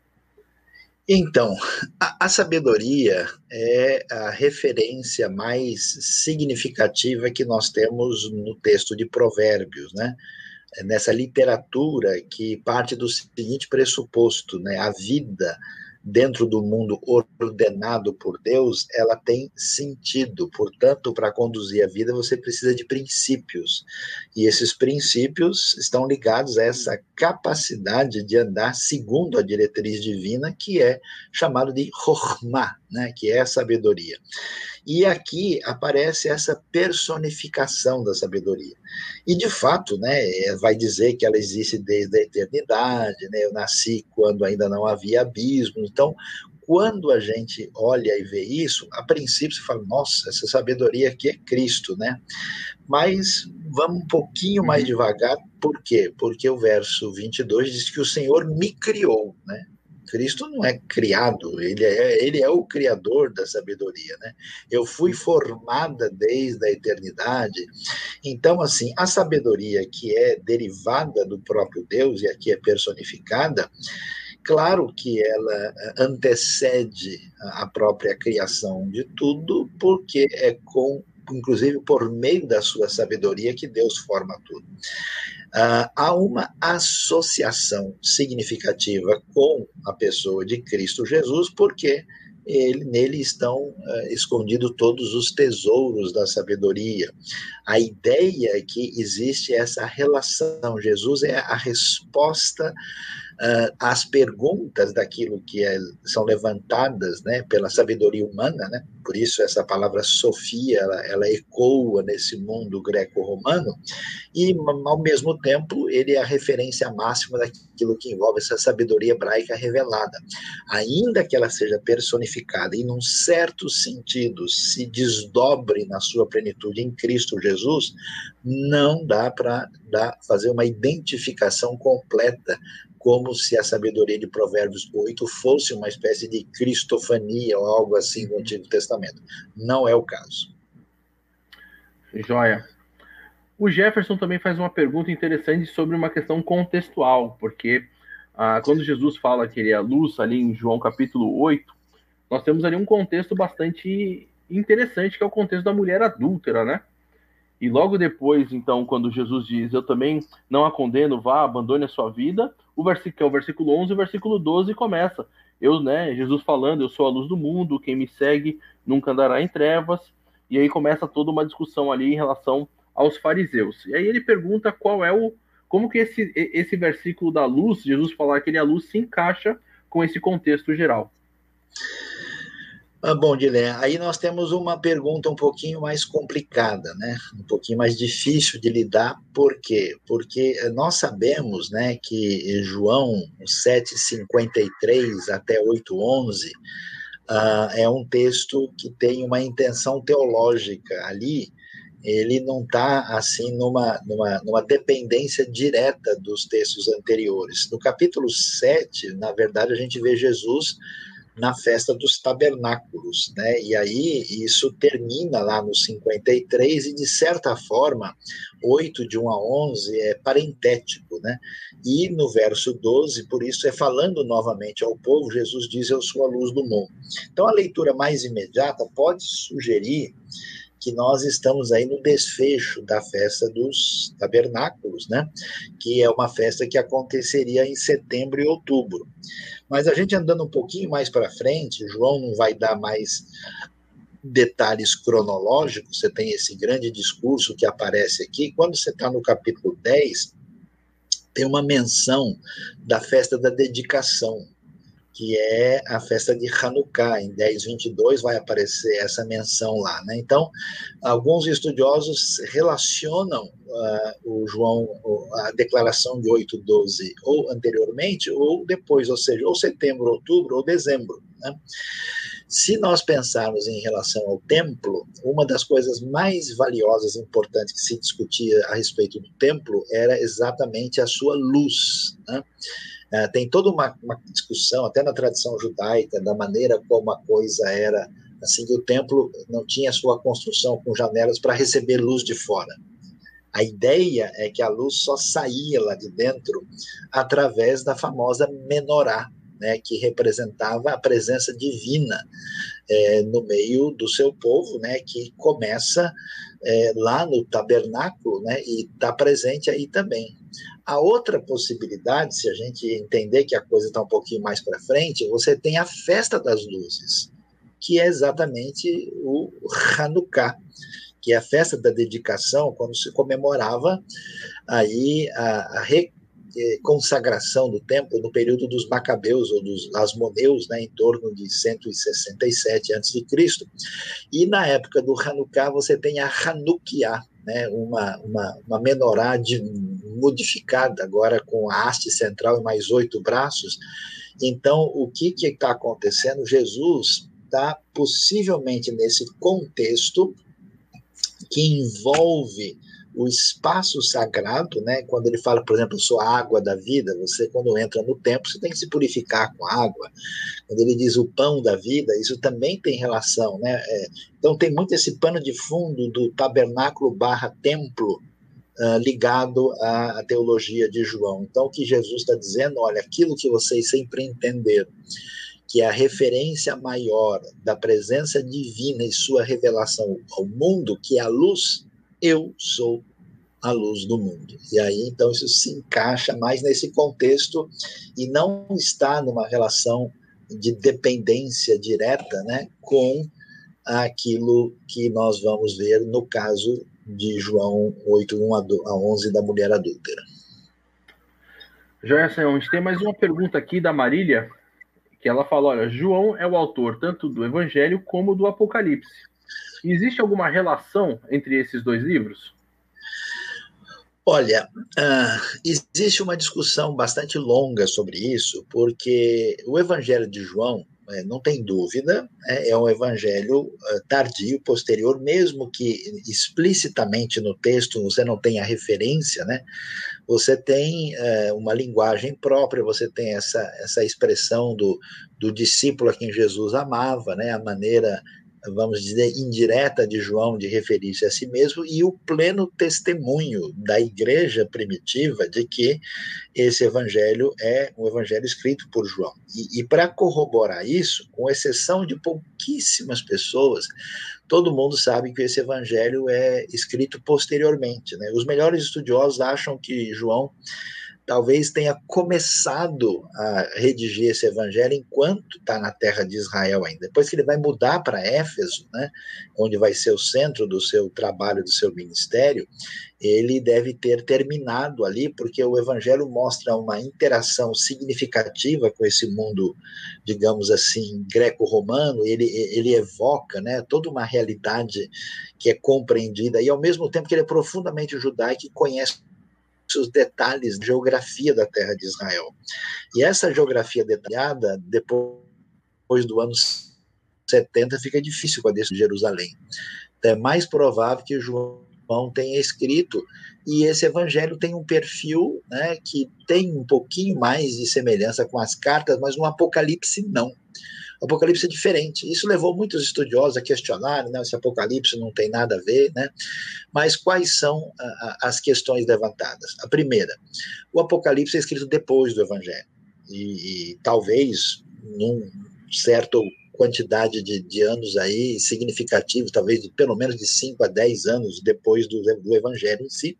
Então, a, a sabedoria é a referência mais significativa que nós temos no texto de Provérbios, né? Nessa literatura que parte do seguinte pressuposto, né? A vida dentro do mundo ordenado por Deus, ela tem sentido. Portanto, para conduzir a vida, você precisa de princípios. E esses princípios estão ligados a essa capacidade de andar segundo a diretriz divina, que é chamado de Chokhmah, né? Que é a sabedoria. E aqui aparece essa personificação da sabedoria. E, de fato, né, vai dizer que ela existe desde a eternidade, né? Eu nasci quando ainda não havia abismo. Então, quando a gente olha e vê isso, a princípio você fala, nossa, essa sabedoria aqui é Cristo, né? Mas vamos um pouquinho mais devagar, por quê? Porque o verso vinte e dois diz que o Senhor me criou, né? Cristo não é criado, ele é, ele é o criador da sabedoria, né? Eu fui formada desde a eternidade. Então, assim, a sabedoria que é derivada do próprio Deus, e aqui é personificada, claro que ela antecede a própria criação de tudo, porque é com, inclusive por meio da sua sabedoria, que Deus forma tudo. Uh, há uma associação significativa com a pessoa de Cristo Jesus, porque ele, nele estão uh, escondidos todos os tesouros da sabedoria. A ideia é que existe essa relação. Jesus é a resposta uh, as perguntas daquilo que é, são levantadas, né, pela sabedoria humana, né, por isso essa palavra sofia, ela, ela ecoa nesse mundo greco-romano, e, ao mesmo tempo, ele é a referência máxima daquilo que envolve essa sabedoria hebraica revelada. Ainda que ela seja personificada e, num certo sentido, se desdobre na sua plenitude em Cristo Jesus, não dá para fazer uma identificação completa, como se a sabedoria de Provérbios oito fosse uma espécie de cristofania ou algo assim no Antigo Testamento. Não é o caso. Joia. O Jefferson também faz uma pergunta interessante sobre uma questão contextual, porque ah, quando Jesus fala que ele é a luz, ali em João capítulo oito, nós temos ali um contexto bastante interessante, que é o contexto da mulher adúltera, né? E logo depois, então, quando Jesus diz, eu também não a condeno, vá, abandone a sua vida, o versículo, que é o versículo onze, o versículo doze começa. Eu, né, Jesus falando, eu sou a luz do mundo, quem me segue nunca andará em trevas. E aí começa toda uma discussão ali em relação aos fariseus. E aí ele pergunta qual é o... como que esse, esse versículo da luz, Jesus falar que ele é a luz, se encaixa com esse contexto geral. Ah, bom, Dilé, aí nós temos uma pergunta um pouquinho mais complicada, né? Um pouquinho mais difícil de lidar. Por quê? Porque nós sabemos, né, que João sete, cinquenta e três até oito, onze uh, é um texto que tem uma intenção teológica ali. Ele não está assim numa, numa, numa dependência direta dos textos anteriores. No capítulo sete, na verdade, a gente vê Jesus na festa dos tabernáculos, né? E aí isso termina lá no cinquenta e três e, de certa forma, oito de um a onze é parentético, né? E no verso doze, por isso é falando novamente ao povo, Jesus diz, eu sou a luz do mundo. Então a leitura mais imediata pode sugerir que nós estamos aí no desfecho da festa dos tabernáculos, né? Que é uma festa que aconteceria em setembro e outubro. Mas a gente andando um pouquinho mais para frente, João não vai dar mais detalhes cronológicos, você tem esse grande discurso que aparece aqui. Quando você está no capítulo dez, tem uma menção da festa da dedicação, que é a festa de Hanukkah. Em dez, vinte e dois vai aparecer essa menção lá, né? Então, alguns estudiosos relacionam uh, o João, a declaração de oito, doze, ou anteriormente, ou depois, ou seja, ou setembro, outubro, ou dezembro, né? Se nós pensarmos em relação ao templo, uma das coisas mais valiosas e importantes que se discutia a respeito do templo era exatamente a sua luz, né? Uh, tem toda uma, uma discussão, até na tradição judaica, da maneira como a coisa era, assim, que o templo não tinha sua construção com janelas para receber luz de fora. A ideia é que a luz só saía lá de dentro através da famosa menorá, né, que representava a presença divina é, no meio do seu povo, né, que começa é, lá no tabernáculo, né, e está presente aí também. A outra possibilidade, se a gente entender que a coisa está um pouquinho mais para frente, você tem a festa das luzes, que é exatamente o Hanukkah, que é a festa da dedicação, quando se comemorava aí a, a re, consagração do templo no período dos Macabeus, ou dos Asmoneus, né, em torno de cento e sessenta e sete antes de Cristo. E na época do Hanukkah você tem a Hanukkah, né, uma, uma, uma menorá de, modificada agora com a haste central e mais oito braços. Então, o que está acontecendo? Jesus está possivelmente nesse contexto que envolve o espaço sagrado, né? Quando ele fala, por exemplo, eu sou a água da vida, você, quando entra no templo, você tem que se purificar com água. Quando ele diz o pão da vida, isso também tem relação, né? É, então tem muito esse pano de fundo do tabernáculo barra templo uh, ligado à, à teologia de João. Então o que Jesus está dizendo, olha, aquilo que vocês sempre entenderam, que é a referência maior da presença divina e sua revelação ao mundo, que é a luz, eu sou a luz do mundo. E aí, então, isso se encaixa mais nesse contexto e não está numa relação de dependência direta, né, com aquilo que nós vamos ver no caso de João oito, um a onze, da mulher adúltera. Joia Sayão, a gente tem mais uma pergunta aqui da Marília, que ela fala, olha, João é o autor tanto do Evangelho como do Apocalipse. Existe alguma relação entre esses dois livros? Olha, uh, existe uma discussão bastante longa sobre isso, porque o Evangelho de João, é, não tem dúvida, é, é um evangelho uh, tardio, posterior, mesmo que explicitamente no texto você não tenha referência, né? Você tem uh, uma linguagem própria, você tem essa, essa expressão do, do discípulo a quem Jesus amava, né? A maneira, vamos dizer, indireta de João de referir-se a si mesmo, e o pleno testemunho da igreja primitiva de que esse evangelho é um evangelho escrito por João. E, e para corroborar isso, com exceção de pouquíssimas pessoas, todo mundo sabe que esse evangelho é escrito posteriormente, né? Os melhores estudiosos acham que João talvez tenha começado a redigir esse evangelho enquanto está na terra de Israel ainda. Depois que ele vai mudar para Éfeso, né, onde vai ser o centro do seu trabalho, do seu ministério, ele deve ter terminado ali, porque o evangelho mostra uma interação significativa com esse mundo, digamos assim, greco-romano, ele, ele evoca, né, toda uma realidade que é compreendida, e ao mesmo tempo que ele é profundamente judaico e conhece os detalhes de geografia da terra de Israel. E essa geografia detalhada, depois do ano setenta, fica difícil com a descida de Jerusalém. Então é mais provável que João tenha escrito, e esse evangelho tem um perfil, né, que tem um pouquinho mais de semelhança com as cartas, mas no Apocalipse não. O Apocalipse é diferente. Isso levou muitos estudiosos a questionar, né, esse Apocalipse não tem nada a ver, né? Mas quais são a, a, as questões levantadas? A primeira, o Apocalipse é escrito depois do Evangelho, e, e talvez num certo quantidade de, de anos aí significativo, talvez de pelo menos de cinco a dez anos depois do, do Evangelho em si.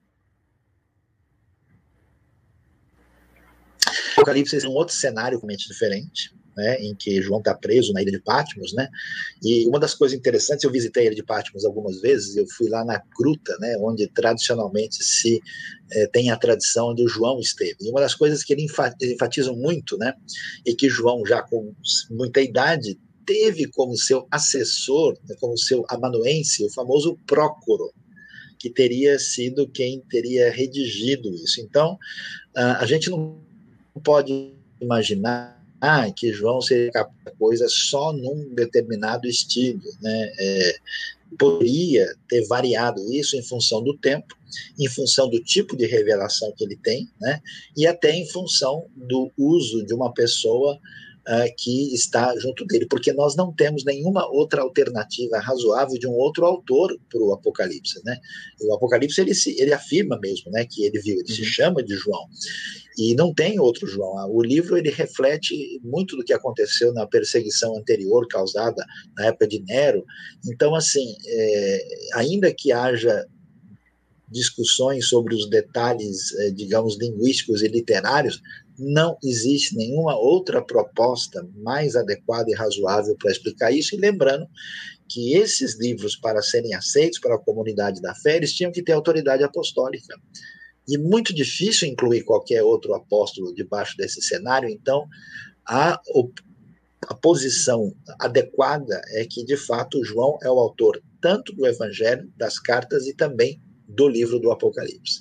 O Apocalipse é um outro cenário completamente diferente, né, em que João está preso na ilha de Patmos, né, e uma das coisas interessantes, eu visitei a ilha de Patmos algumas vezes, eu fui lá na gruta, né, onde tradicionalmente se eh, tem a tradição onde o João esteve, e uma das coisas que ele enfatiza muito, né, e que João, já com muita idade, teve como seu assessor, né, como seu amanuense, o famoso Prócoro, que teria sido quem teria redigido isso. Então, a gente não pode imaginar ah, que João seria capaz de coisa só num determinado estilo, né? É, poderia ter variado isso em função do tempo, em função do tipo de revelação que ele tem, né? E até em função do uso de uma pessoa uh, que está junto dele, porque nós não temos nenhuma outra alternativa razoável de um outro autor para o Apocalipse, né? O Apocalipse ele, se, ele afirma mesmo, né, que ele viu, ele uhum. se chama de João. E não tem outro João. O livro ele reflete muito do que aconteceu na perseguição anterior causada na época de Nero. Então, assim, é, ainda que haja discussões sobre os detalhes, é, digamos, linguísticos e literários, não existe nenhuma outra proposta mais adequada e razoável para explicar isso. E lembrando que esses livros, para serem aceitos pela comunidade da fé, eles tinham que ter autoridade apostólica. E muito difícil incluir qualquer outro apóstolo debaixo desse cenário, então a, a posição adequada é que, de fato, João é o autor tanto do Evangelho, das cartas e também do livro do Apocalipse.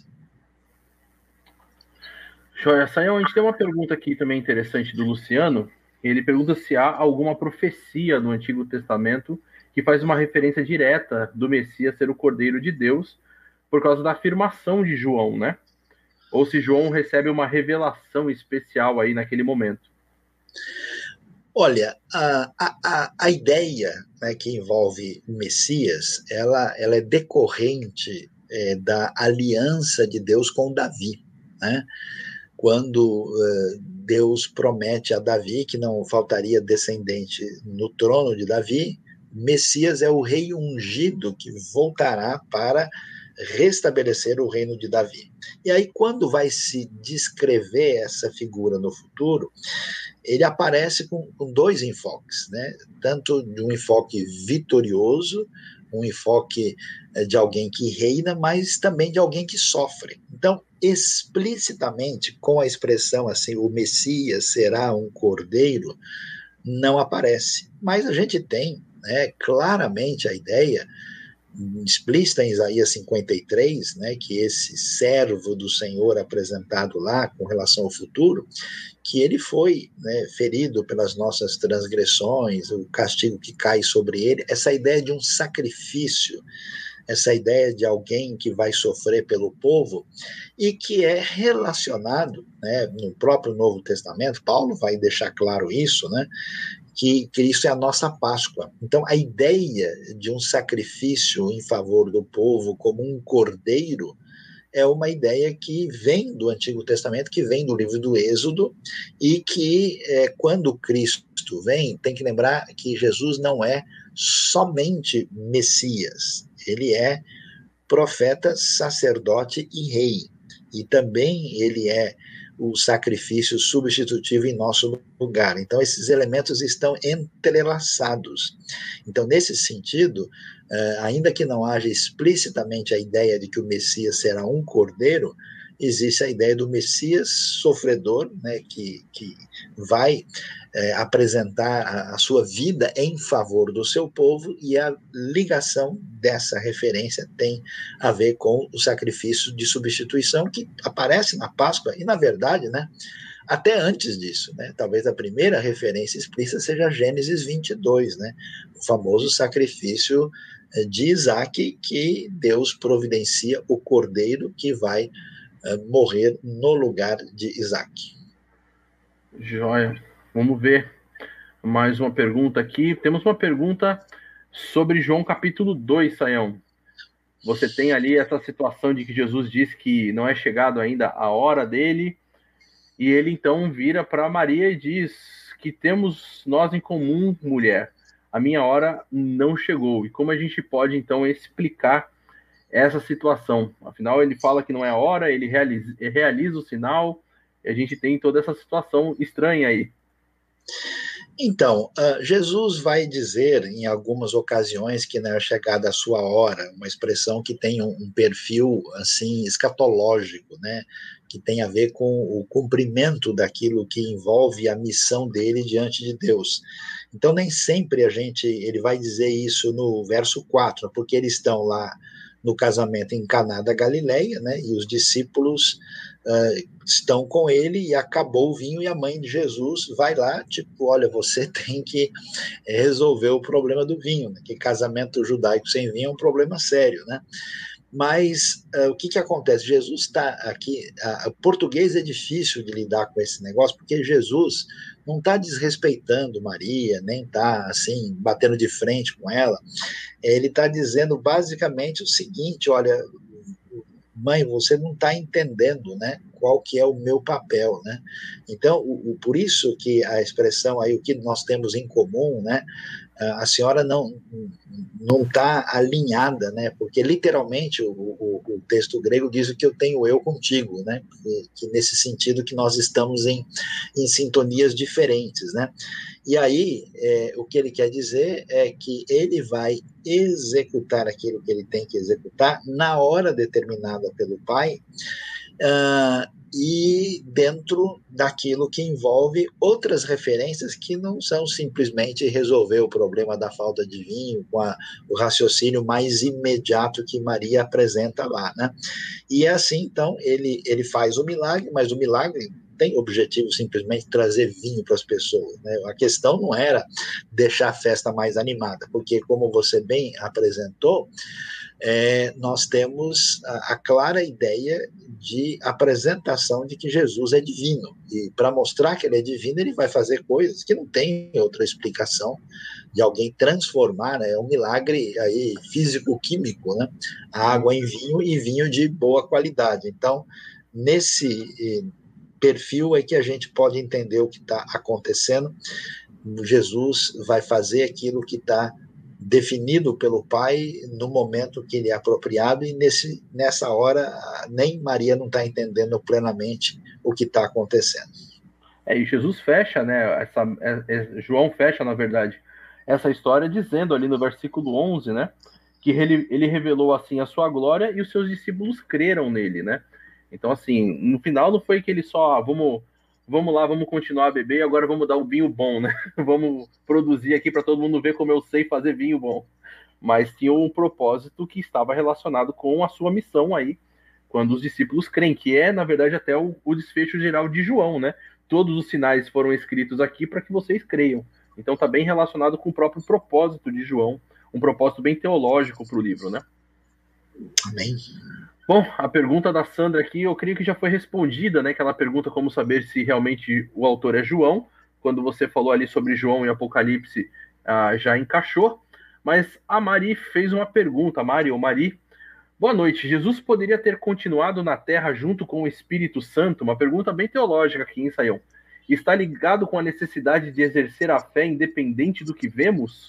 Joia, Sayão, a gente tem uma pergunta aqui também interessante do Luciano. Ele pergunta se há alguma profecia no Antigo Testamento que faz uma referência direta do Messias ser o Cordeiro de Deus, por causa da afirmação de João, né? Ou se João recebe uma revelação especial aí naquele momento. Olha, a, a, a ideia, né, que envolve o Messias, ela, ela é decorrente é, da aliança de Deus com Davi, né? Quando uh, Deus promete a Davi que não faltaria descendente no trono de Davi, Messias é o rei ungido que voltará para restabelecer o reino de Davi. E aí, quando vai se descrever essa figura no futuro, ele aparece com, com dois enfoques, né? Tanto de um enfoque vitorioso, um enfoque de alguém que reina, mas também de alguém que sofre. Então, explicitamente, com a expressão assim, o Messias será um cordeiro, não aparece. Mas a gente tem, né, claramente a ideia explícita em Isaías cinquenta e três, né, que esse servo do Senhor apresentado lá com relação ao futuro, que ele foi, né, ferido pelas nossas transgressões, o castigo que cai sobre ele, essa ideia de um sacrifício, essa ideia de alguém que vai sofrer pelo povo e que é relacionado, né, no próprio Novo Testamento, Paulo vai deixar claro isso, né, que Cristo é a nossa Páscoa. Então, a ideia de um sacrifício em favor do povo como um cordeiro é uma ideia que vem do Antigo Testamento, que vem do livro do Êxodo, e que, é, quando Cristo vem, tem que lembrar que Jesus não é somente Messias, ele é profeta, sacerdote e rei. E também ele é o sacrifício substitutivo em nosso lugar. Então, esses elementos estão entrelaçados. Então, nesse sentido, ainda que não haja explicitamente a ideia de que o Messias será um cordeiro, existe a ideia do Messias sofredor, né, que, que vai é, apresentar a, a sua vida em favor do seu povo, e a ligação dessa referência tem a ver com o sacrifício de substituição que aparece na Páscoa, e na verdade, né, até antes disso, né, talvez a primeira referência explícita seja Gênesis vinte e dois, né, o famoso sacrifício de Isaac, que Deus providencia o cordeiro que vai morrer no lugar de Isaac. Joia. Vamos ver mais uma pergunta aqui. Temos uma pergunta sobre João capítulo dois, Sayão. Você tem ali essa situação de que Jesus disse que não é chegado ainda a hora dele, e ele então vira para Maria e diz que temos nós em comum, mulher, a minha hora não chegou. E como a gente pode então explicar essa situação? Afinal, ele fala que não é a hora, ele realiza, realiza o sinal, e a gente tem toda essa situação estranha aí. Então, uh, Jesus vai dizer em algumas ocasiões que não é chegada a sua hora, uma expressão que tem um, um perfil assim escatológico, né, que tem a ver com o cumprimento daquilo que envolve a missão dele diante de Deus. Então, nem sempre a gente, ele vai dizer isso no verso quatro, porque eles estão lá no casamento em Caná da Galileia, né, e os discípulos uh, estão com ele, e acabou o vinho, e a mãe de Jesus vai lá, tipo, olha, você tem que resolver o problema do vinho, né, que casamento judaico sem vinho é um problema sério, né? Mas uh, o que, que acontece? Jesus está aqui, uh, o português é difícil de lidar com esse negócio, porque Jesus não está desrespeitando Maria, nem está assim, batendo de frente com ela. Ele está dizendo basicamente o seguinte: olha, mãe, você não está entendendo, né, qual que é o meu papel, né? Então, o, o, por isso que a expressão aí, o que nós temos em comum, né, a senhora não não está alinhada, né? Porque literalmente o, o, o texto grego diz o que eu tenho eu contigo, né? Que, que nesse sentido que nós estamos em, em sintonias diferentes, né? E aí é, o que ele quer dizer é que ele vai executar aquilo que ele tem que executar na hora determinada pelo Pai, uh, e dentro daquilo que envolve outras referências que não são simplesmente resolver o problema da falta de vinho com a, o raciocínio mais imediato que Maria apresenta lá, né? E é assim, então, ele, ele faz o milagre, mas o milagre tem objetivo simplesmente trazer vinho para as pessoas, né? A questão não era deixar a festa mais animada, porque, como você bem apresentou, é, nós temos a, a clara ideia de apresentação de que Jesus é divino, e para mostrar que ele é divino, ele vai fazer coisas que não tem outra explicação de alguém transformar, né? É um milagre aí físico-químico, né? A água em vinho, e vinho de boa qualidade. Então, nesse perfil é que a gente pode entender o que está acontecendo. Jesus vai fazer aquilo que está definido pelo Pai no momento que ele é apropriado, e nesse, nessa hora nem Maria não está entendendo plenamente o que está acontecendo. É, e Jesus fecha, né, essa, é, é, João fecha, na verdade, essa história dizendo ali no versículo onze, né, que ele, ele revelou assim a sua glória e os seus discípulos creram nele, né? Então, assim, no final não foi que ele só, ah, vamos, vamos lá, vamos continuar a beber e agora vamos dar um vinho bom, né? Vamos produzir aqui para todo mundo ver como eu sei fazer vinho bom. Mas tinha um propósito que estava relacionado com a sua missão aí, quando os discípulos creem, que é, na verdade, até o, o desfecho geral de João, né? Todos os sinais foram escritos aqui para que vocês creiam. Então está bem relacionado com o próprio propósito de João, um propósito bem teológico para o livro, né? Amém. Bom, a pergunta da Sandra aqui, eu creio que já foi respondida, né? Que ela pergunta como saber se realmente o autor é João. Quando você falou ali sobre João e Apocalipse, ah, já encaixou. Mas a Mari fez uma pergunta, Mari ou Mari. Boa noite. Jesus poderia ter continuado na Terra junto com o Espírito Santo? Uma pergunta bem teológica aqui, hein, Sayão? Está ligado com a necessidade de exercer a fé independente do que vemos?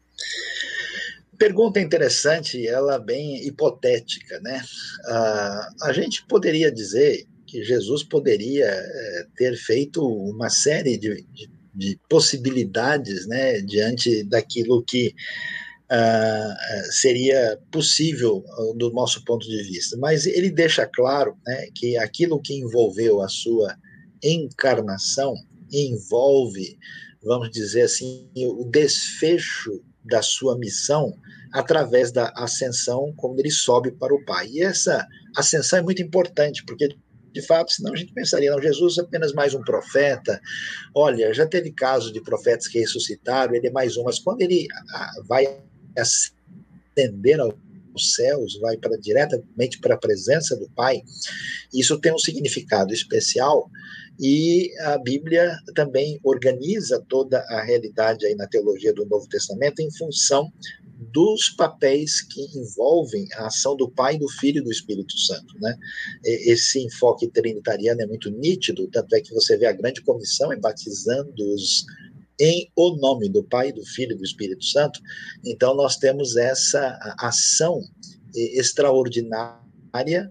Pergunta interessante, ela bem hipotética, né? Ah, a gente poderia dizer que Jesus poderia é, ter feito uma série de, de, de possibilidades, né, diante daquilo que ah, seria possível do nosso ponto de vista. Mas ele deixa claro, né, que aquilo que envolveu a sua encarnação envolve, vamos dizer assim, o desfecho da sua missão através da ascensão, quando ele sobe para o Pai. E essa ascensão é muito importante, porque, de fato, senão a gente pensaria, não, Jesus é apenas mais um profeta. Olha, já teve casos de profetas que ressuscitaram, ele é mais um, mas quando ele vai ascender aos céus, vai para, diretamente para a presença do Pai, isso tem um significado especial. E a Bíblia também organiza toda a realidade aí na teologia do Novo Testamento em função dos papéis que envolvem a ação do Pai, do Filho e do Espírito Santo, né? Esse enfoque trinitariano é muito nítido, tanto é que você vê a grande comissão batizando-os em o nome do Pai, do Filho e do Espírito Santo. Então nós temos essa ação extraordinária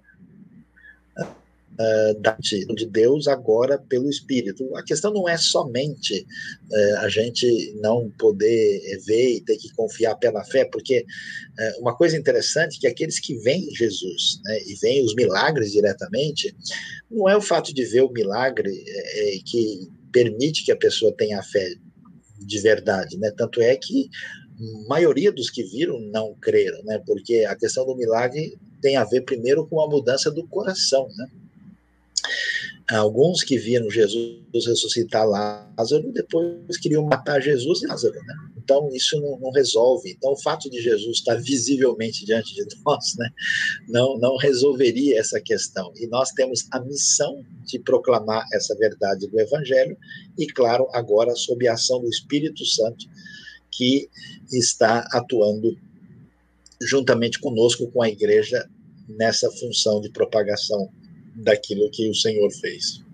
Uh, de Deus agora pelo Espírito. A questão não é somente uh, a gente não poder ver e ter que confiar pela fé, porque uh, uma coisa interessante é que aqueles que veem Jesus, né, e veem os milagres diretamente, não é o fato de ver o milagre é, que permite que a pessoa tenha a fé de verdade, né? Tanto é que a maioria dos que viram não creram, né? Porque a questão do milagre tem a ver primeiro com a mudança do coração, né? Alguns que viram Jesus ressuscitar Lázaro, depois queriam matar Jesus e Lázaro, né? Então isso não, não resolve. Então o fato de Jesus estar visivelmente diante de nós, né, não, não resolveria essa questão. E nós temos a missão de proclamar essa verdade do Evangelho e, claro, agora sob a ação do Espírito Santo, que está atuando juntamente conosco, com a igreja, nessa função de propagação daquilo que o Senhor fez.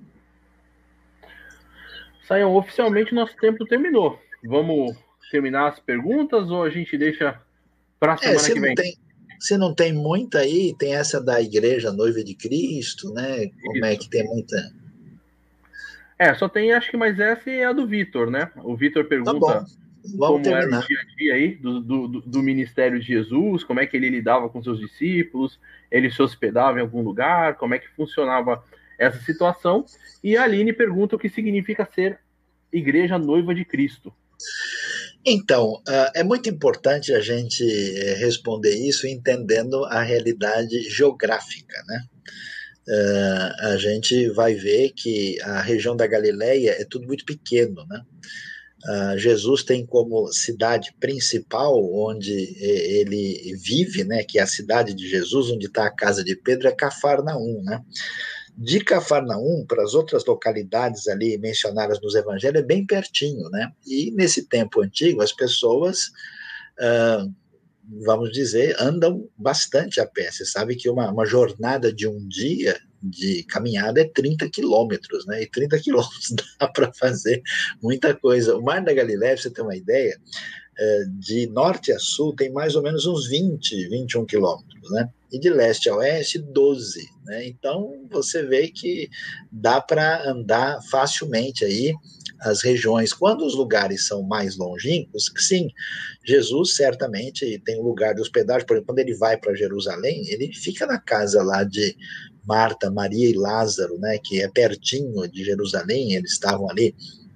Sayão, oficialmente nosso tempo terminou. Vamos terminar as perguntas ou a gente deixa para a semana é, que vem? Tem, se não tem muita aí, tem essa da Igreja Noiva de Cristo, né? Como Isso. É que tem muita... É, só tem, acho que mais essa é a do Vitor, né? O Vitor pergunta tá como terminar. Era o dia a dia aí do, do, do ministério de Jesus, como é que ele lidava com seus discípulos, ele se hospedava em algum lugar, como é que funcionava essa situação. E a Aline pergunta o que significa ser Igreja Noiva de Cristo. Então, é muito importante a gente responder isso entendendo a realidade geográfica, né? A gente vai ver que a região da Galileia é tudo muito pequeno, né? Uh, Jesus tem como cidade principal onde ele vive, né, que é a cidade de Jesus, onde está a casa de Pedro, é Cafarnaum, né? De Cafarnaum para as outras localidades ali mencionadas nos evangelhos é bem pertinho, né? E nesse tempo antigo as pessoas, uh, vamos dizer, andam bastante a pé. Você sabe que uma, uma jornada de um dia de caminhada é trinta quilômetros, né? E trinta quilômetros dá para fazer muita coisa. O Mar da Galileia, para você ter uma ideia, de norte a sul tem mais ou menos uns vinte, vinte e um quilômetros, né? E de leste a oeste, doze, né? Então você vê que dá para andar facilmente aí as regiões. Quando os lugares são mais longínquos, sim, Jesus certamente tem um lugar de hospedagem. Por exemplo, quando ele vai para Jerusalém, ele fica na casa lá de Marta, Maria e Lázaro, né, que é pertinho de Jerusalém. Eles estavam ali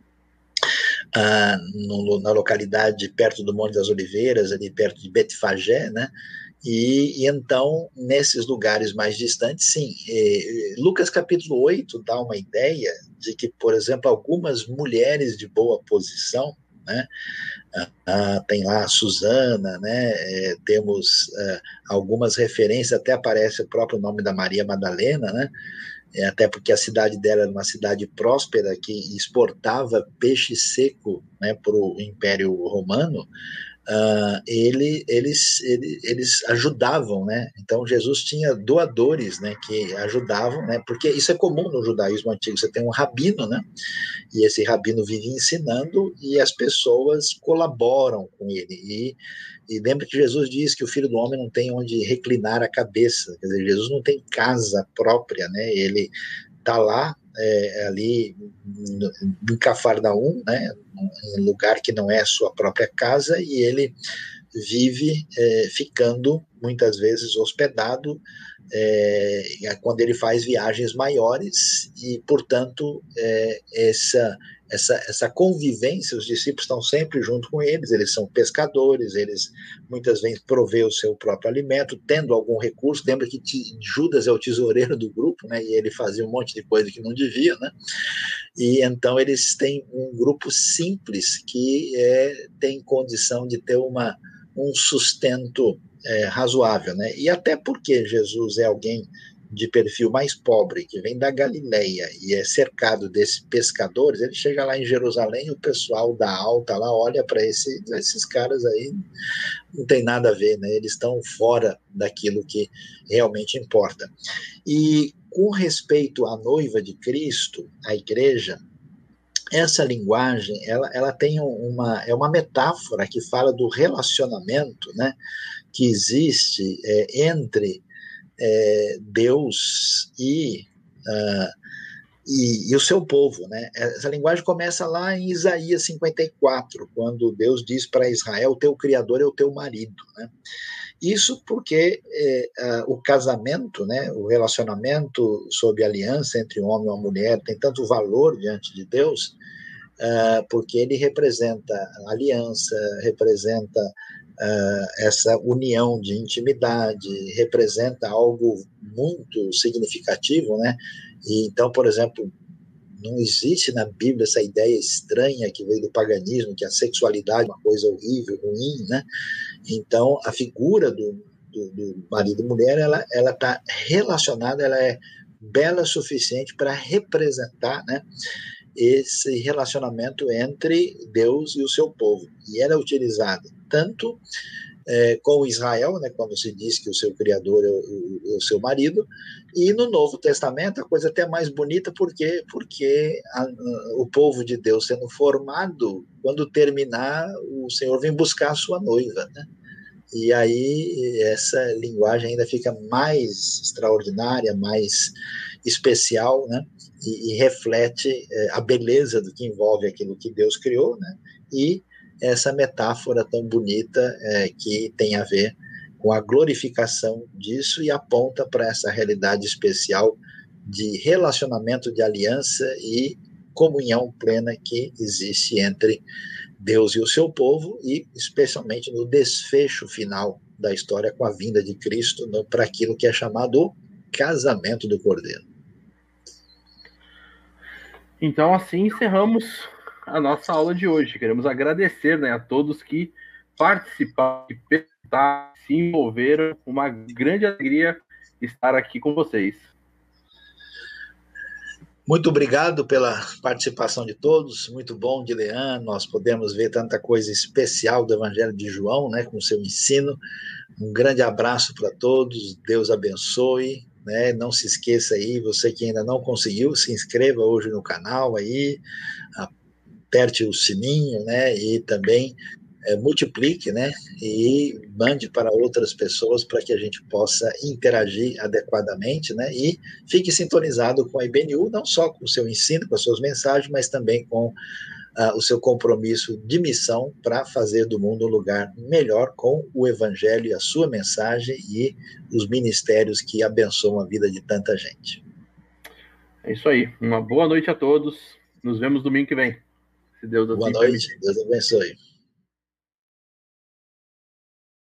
ah, no, na localidade perto do Monte das Oliveiras, ali perto de Betfagé, né? E, e então, nesses lugares mais distantes, sim. E, Lucas capítulo oito dá uma ideia de que, por exemplo, algumas mulheres de boa posição, né? Ah, tem lá a Susana, né? É, temos ah, algumas referências, até aparece o próprio nome da Maria Madalena, né? É, até porque a cidade dela era uma cidade próspera que exportava peixe seco, né, para o Império Romano. Uh, ele, eles, ele, eles ajudavam, né? Então Jesus tinha doadores, né, que ajudavam, né? Porque isso é comum no judaísmo antigo. Você tem um rabino, né? E esse rabino vive ensinando e as pessoas colaboram com ele. E, e lembra que Jesus diz que o Filho do Homem não tem onde reclinar a cabeça. Quer dizer, Jesus não tem casa própria, né? Ele está lá, é, ali em Cafarnaum, né? Um lugar que não é a sua própria casa, e ele vive é, ficando muitas vezes hospedado é, quando ele faz viagens maiores, e portanto é, essa, essa, essa convivência, os discípulos estão sempre junto com eles, eles são pescadores, eles muitas vezes provê o seu próprio alimento, tendo algum recurso. Lembra que Judas é o tesoureiro do grupo, né, e ele fazia um monte de coisa que não devia, né? E então eles têm um grupo simples que é, tem condição de ter uma, um sustento é, razoável, né? E até porque Jesus é alguém de perfil mais pobre, que vem da Galileia e é cercado desses pescadores, ele chega lá em Jerusalém e o pessoal da alta lá olha para esse, esses caras aí, não tem nada a ver, né? Eles estão fora daquilo que realmente importa. E com respeito à noiva de Cristo, a igreja, essa linguagem, ela, ela tem uma, é uma metáfora que fala do relacionamento, né, que existe é, entre é, Deus e, uh, e, e o seu povo, né? Essa linguagem começa lá em Isaías cinquenta e quatro, quando Deus diz para Israel: o teu criador é o teu marido, né? Isso porque é, uh, o casamento, né, o relacionamento sob aliança entre um homem e uma mulher tem tanto valor diante de Deus, uh, porque ele representa aliança, representa uh, essa união de intimidade, representa algo muito significativo, né? E, então, por exemplo, não existe na Bíblia essa ideia estranha que veio do paganismo, que a sexualidade é uma coisa horrível, ruim, né? Então, a figura do, do, do marido e mulher, ela ela está relacionada, ela é bela o suficiente para representar, né, esse relacionamento entre Deus e o seu povo. E ela é utilizada tanto é, com Israel, né, quando se diz que o seu criador é o, o, o seu marido, e no Novo Testamento a coisa até mais bonita, porque, porque a, a, o povo de Deus sendo formado, quando terminar, o Senhor vem buscar a sua noiva, né? E aí essa linguagem ainda fica mais extraordinária, mais especial, né? E, e reflete é, a beleza do que envolve aquilo que Deus criou, né? E essa metáfora tão bonita é, que tem a ver com a glorificação disso e aponta para essa realidade especial de relacionamento, de aliança e comunhão plena que existe entre Deus e o seu povo, e especialmente no desfecho final da história com a vinda de Cristo para aquilo que é chamado o casamento do Cordeiro. Então, assim encerramos a nossa aula de hoje. Queremos agradecer, né, a todos que participaram, que perguntaram, se envolveram. Uma grande alegria estar aqui com vocês. Muito obrigado pela participação de todos, muito bom, Dilean, nós podemos ver tanta coisa especial do Evangelho de João, né, com o seu ensino. Um grande abraço para todos, Deus abençoe, né? Não se esqueça aí, você que ainda não conseguiu, se inscreva hoje no canal aí, aperte o sininho, né? E também é, multiplique, né, e mande para outras pessoas para que a gente possa interagir adequadamente, né, e fique sintonizado com a I B N U, não só com o seu ensino, com as suas mensagens, mas também com uh, o seu compromisso de missão para fazer do mundo um lugar melhor com o Evangelho e a sua mensagem e os ministérios que abençoam a vida de tanta gente. É isso aí. Uma boa noite a todos. Nos vemos domingo que vem, se Deus Boa assim noite, permitir. Deus abençoe.